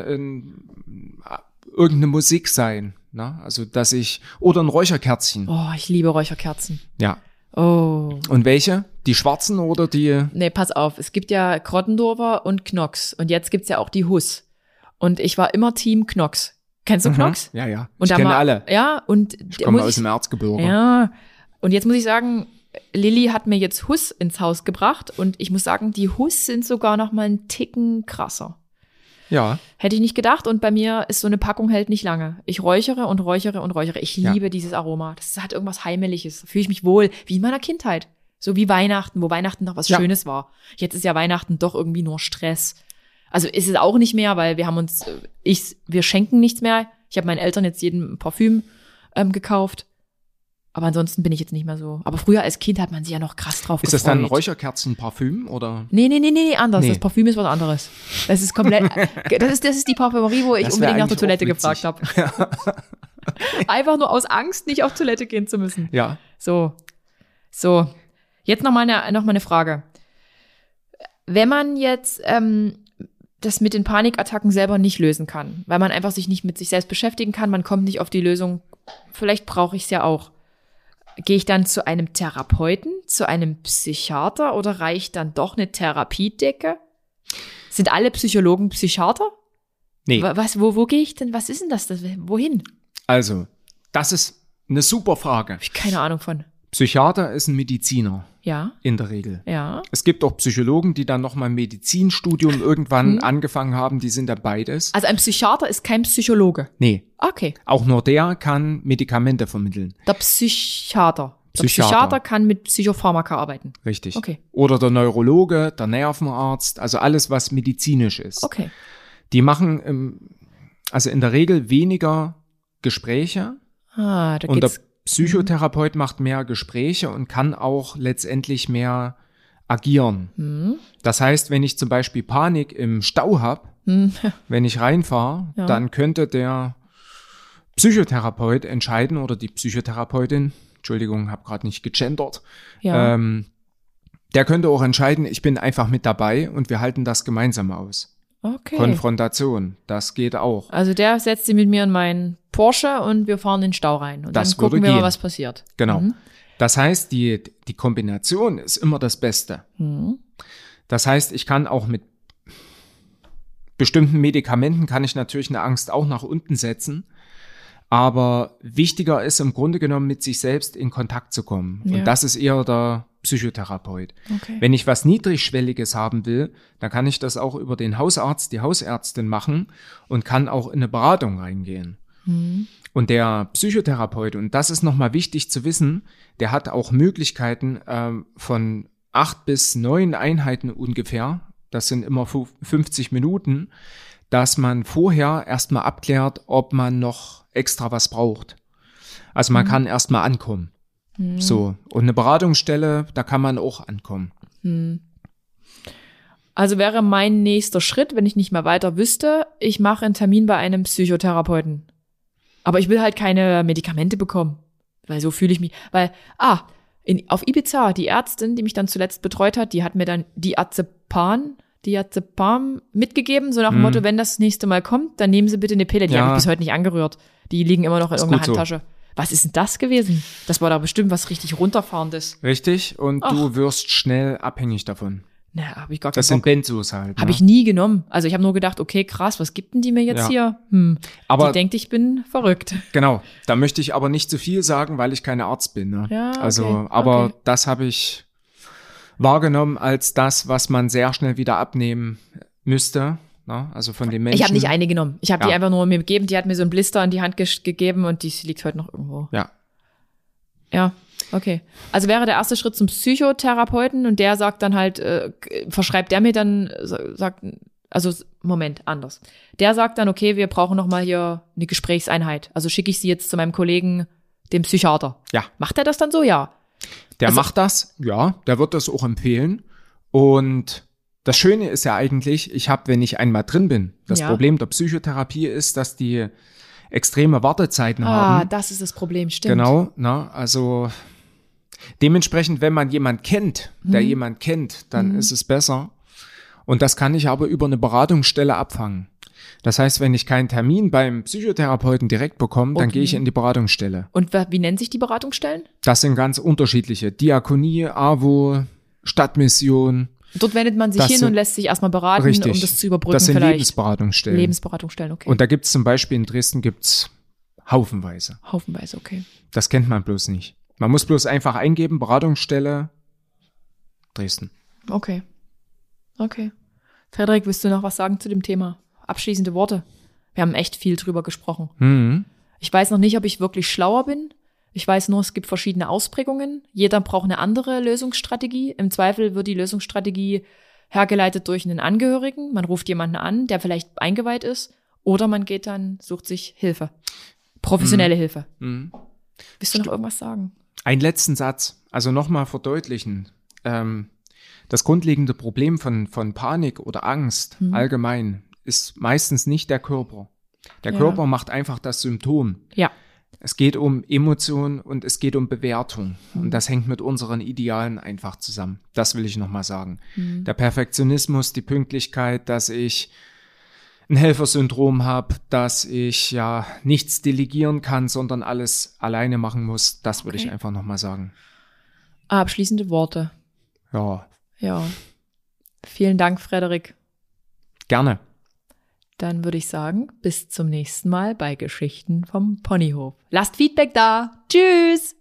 irgendeine Musik sein, ne? Also oder ein Räucherkerzchen. Oh, ich liebe Räucherkerzen. Ja. Oh. Und welche? Die schwarzen oder die? Nee, pass auf. Es gibt ja Krottendorfer und Knox. Und jetzt gibt's ja auch die Huss. Und ich war immer Team Knox. Kennst du Knox? Ja, ja. Und ich kenne alle. Ja, und ich komme aus dem Erzgebirge. Ja. Und jetzt muss ich sagen, Lilly hat mir jetzt Huss ins Haus gebracht. Und ich muss sagen, die Huss sind sogar noch mal einen Ticken krasser. Ja. Hätte ich nicht gedacht. Und bei mir ist so eine Packung hält nicht lange. Ich räuchere und räuchere und räuchere. Ich liebe dieses Aroma. Das hat irgendwas Heimeliges. Da fühle ich mich wohl, wie in meiner Kindheit. So wie Weihnachten, wo Weihnachten noch was Schönes war. Jetzt ist ja Weihnachten doch irgendwie nur Stress. Also ist es auch nicht mehr, weil wir haben wir schenken nichts mehr. Ich habe meinen Eltern jetzt jeden Parfüm gekauft. Aber ansonsten bin ich jetzt nicht mehr so. Aber früher als Kind hat man sich ja noch krass drauf gefreut. Ist das dann ein Räucherkerzenparfüm oder? Nee, anders. Nee. Das Parfüm ist was anderes. Das ist komplett, das ist die Parfümerie, wo ich unbedingt nach der Toilette gefragt habe. Ja. Okay. Einfach nur aus Angst, nicht auf Toilette gehen zu müssen. Ja. So. Jetzt noch mal eine Frage. Wenn man jetzt das mit den Panikattacken selber nicht lösen kann, weil man einfach sich nicht mit sich selbst beschäftigen kann, man kommt nicht auf die Lösung, vielleicht brauche ich es ja auch. Gehe ich dann zu einem Therapeuten, zu einem Psychiater oder reicht dann doch eine Therapiedecke? Sind alle Psychologen Psychiater? Nee. Wo gehe ich denn? Was ist denn das? Wohin? Also, das ist eine super Frage. Hab ich keine Ahnung von. Psychiater ist ein Mediziner. Ja. In der Regel. Ja. Es gibt auch Psychologen, die dann nochmal ein Medizinstudium irgendwann angefangen haben, die sind da beides. Also ein Psychiater ist kein Psychologe? Nee. Okay. Auch nur der kann Medikamente vermitteln. Der Psychiater. Der Psychiater kann mit Psychopharmaka arbeiten. Richtig. Okay. Oder der Neurologe, der Nervenarzt, also alles, was medizinisch ist. Okay. Die machen also in der Regel weniger Gespräche. Da und der geht's. Psychotherapeut macht mehr Gespräche und kann auch letztendlich mehr agieren. Das heißt, wenn ich zum Beispiel Panik im Stau habe, wenn ich reinfahre, dann könnte der Psychotherapeut entscheiden oder die Psychotherapeutin, Entschuldigung, habe gerade nicht gegendert, der könnte auch entscheiden, ich bin einfach mit dabei und wir halten das gemeinsam aus. Okay. Konfrontation, das geht auch. Also der setzt sich mit mir in meinen Porsche und wir fahren in den Stau rein. Und das dann gucken wir gehen. mal, was passiert. Genau. Das heißt, die Kombination ist immer das Beste. Das heißt, ich kann auch mit bestimmten Medikamenten kann ich natürlich eine Angst auch nach unten setzen. Aber wichtiger ist im Grunde genommen, mit sich selbst in Kontakt zu kommen. Ja. Und das ist eher der Psychotherapeut. Okay. Wenn ich was Niedrigschwelliges haben will, dann kann ich das auch über den Hausarzt, die Hausärztin machen und kann auch in eine Beratung reingehen. Und der Psychotherapeut, und das ist nochmal wichtig zu wissen, der hat auch Möglichkeiten von 8 bis 9 Einheiten ungefähr, das sind immer 50 Minuten, dass man vorher erstmal abklärt, ob man noch extra was braucht. Also man kann erstmal ankommen. So. Und eine Beratungsstelle, da kann man auch ankommen. Also wäre mein nächster Schritt, wenn ich nicht mehr weiter wüsste, ich mache einen Termin bei einem Psychotherapeuten. Aber ich will halt keine Medikamente bekommen. Weil so fühle ich mich. Weil, auf Ibiza, die Ärztin, die mich dann zuletzt betreut hat, die hat mir dann Diazepam mitgegeben, so nach dem Motto, wenn das nächste Mal kommt, dann nehmen Sie bitte eine Pille. Die habe ich bis heute nicht angerührt. Die liegen immer noch in irgendeiner Handtasche. So. Was ist denn das gewesen? Das war da bestimmt was richtig Runterfahrendes. Richtig, und du wirst schnell abhängig davon. Na, habe ich gar keinen Das sind Benzos halt. Habe ich nie genommen. Also ich habe nur gedacht, okay, krass, was gibt denn die mir jetzt hier? Aber die denkt, ich bin verrückt. Genau, da möchte ich aber nicht zu viel sagen, weil ich kein Arzt bin. Ne? Ja, okay, also, aber das habe ich wahrgenommen als das, was man sehr schnell wieder abnehmen müsste. Ne? Also von den Menschen. Ich habe nicht eine genommen. Ich habe die einfach nur mir gegeben. Die hat mir so einen Blister in die Hand gegeben und die liegt heute noch irgendwo. Ja. Ja, okay. Also wäre der erste Schritt zum Psychotherapeuten und der sagt dann halt, verschreibt der mir dann, anders. Der sagt dann, okay, wir brauchen noch mal hier eine Gesprächseinheit. Also schicke ich sie jetzt zu meinem Kollegen, dem Psychiater. Ja. Macht er das dann so? Ja. Der macht das, ja, der wird das auch empfehlen. Und das Schöne ist ja eigentlich, wenn ich einmal drin bin, das Problem der Psychotherapie ist, dass die extreme Wartezeiten haben. Das ist das Problem, stimmt. Genau, also dementsprechend, wenn man jemand kennt, der jemand kennt, dann ist es besser. Und das kann ich aber über eine Beratungsstelle abfangen. Das heißt, wenn ich keinen Termin beim Psychotherapeuten direkt bekomme, dann gehe ich in die Beratungsstelle. Und wie nennen sich die Beratungsstellen? Das sind ganz unterschiedliche. Diakonie, AWO, Stadtmission. Dort wendet man sich hin und lässt sich erstmal beraten, richtig. Um das zu überbrücken. Das sind vielleicht. Lebensberatungsstellen. Lebensberatungsstellen, okay. Und da gibt's zum Beispiel in Dresden haufenweise. Haufenweise, okay. Das kennt man bloß nicht. Man muss bloß einfach eingeben, Beratungsstelle Dresden. Okay. Frederik, willst du noch was sagen zu dem Thema? Abschließende Worte. Wir haben echt viel drüber gesprochen. Ich weiß noch nicht, ob ich wirklich schlauer bin. Ich weiß nur, es gibt verschiedene Ausprägungen. Jeder braucht eine andere Lösungsstrategie. Im Zweifel wird die Lösungsstrategie hergeleitet durch einen Angehörigen. Man ruft jemanden an, der vielleicht eingeweiht ist. Oder man geht dann, sucht sich Hilfe. Professionelle Hilfe. Willst du noch irgendwas sagen? Einen letzten Satz. Also nochmal verdeutlichen. Das grundlegende Problem von Panik oder Angst allgemein ist meistens nicht der Körper. Der Körper macht einfach das Symptom. Ja. Es geht um Emotionen und es geht um Bewertung. Und das hängt mit unseren Idealen einfach zusammen. Das will ich nochmal sagen. Der Perfektionismus, die Pünktlichkeit, dass ich ein Helfersyndrom habe, dass ich nichts delegieren kann, sondern alles alleine machen muss, das würde ich einfach nochmal sagen. Abschließende Worte. Ja. Vielen Dank, Frederik. Gerne. Dann würde ich sagen, bis zum nächsten Mal bei Geschichten vom Ponyhof. Lasst Feedback da. Tschüss!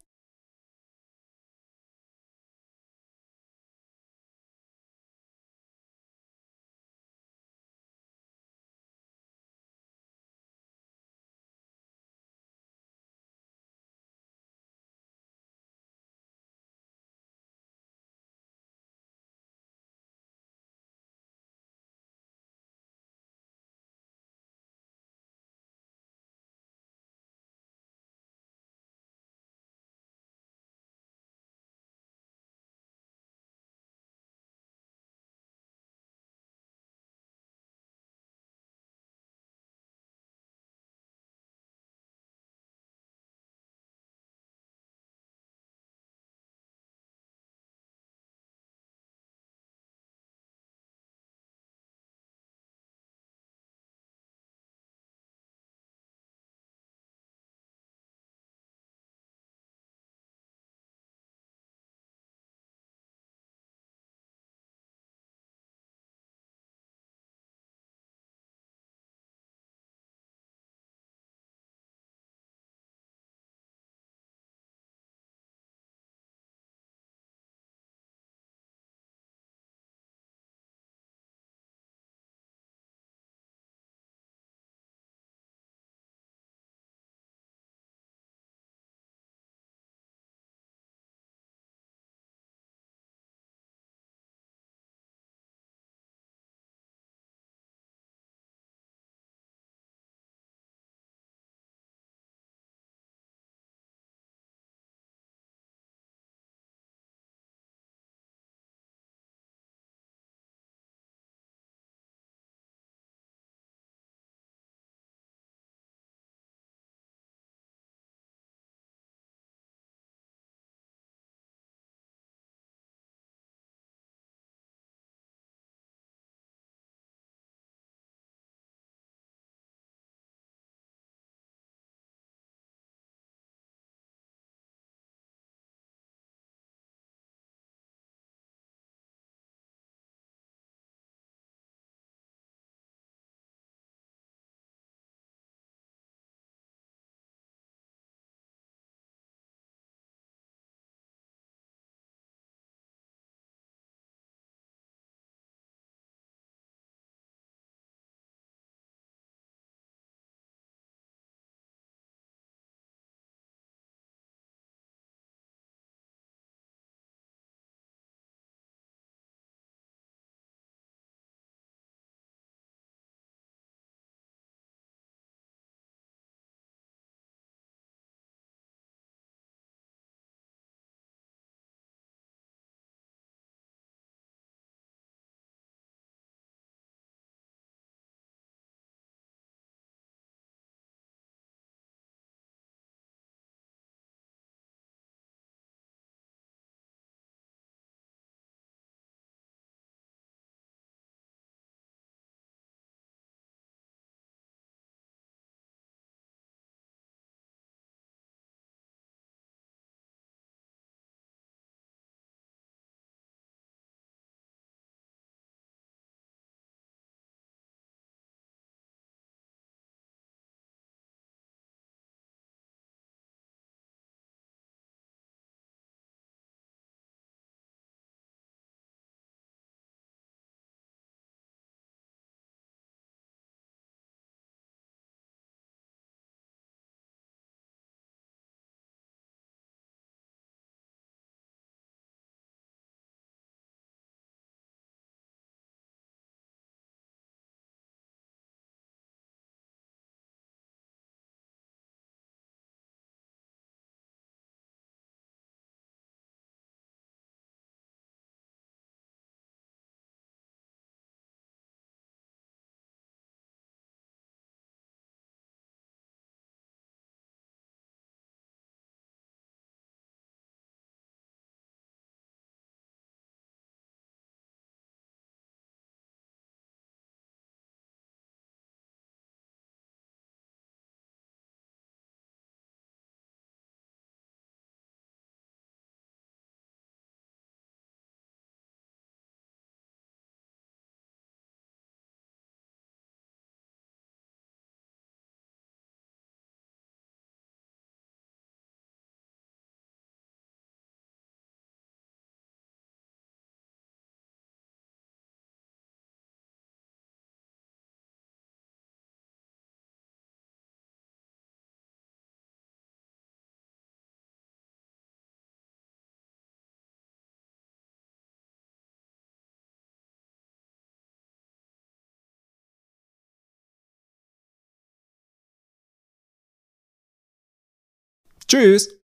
Tschüss.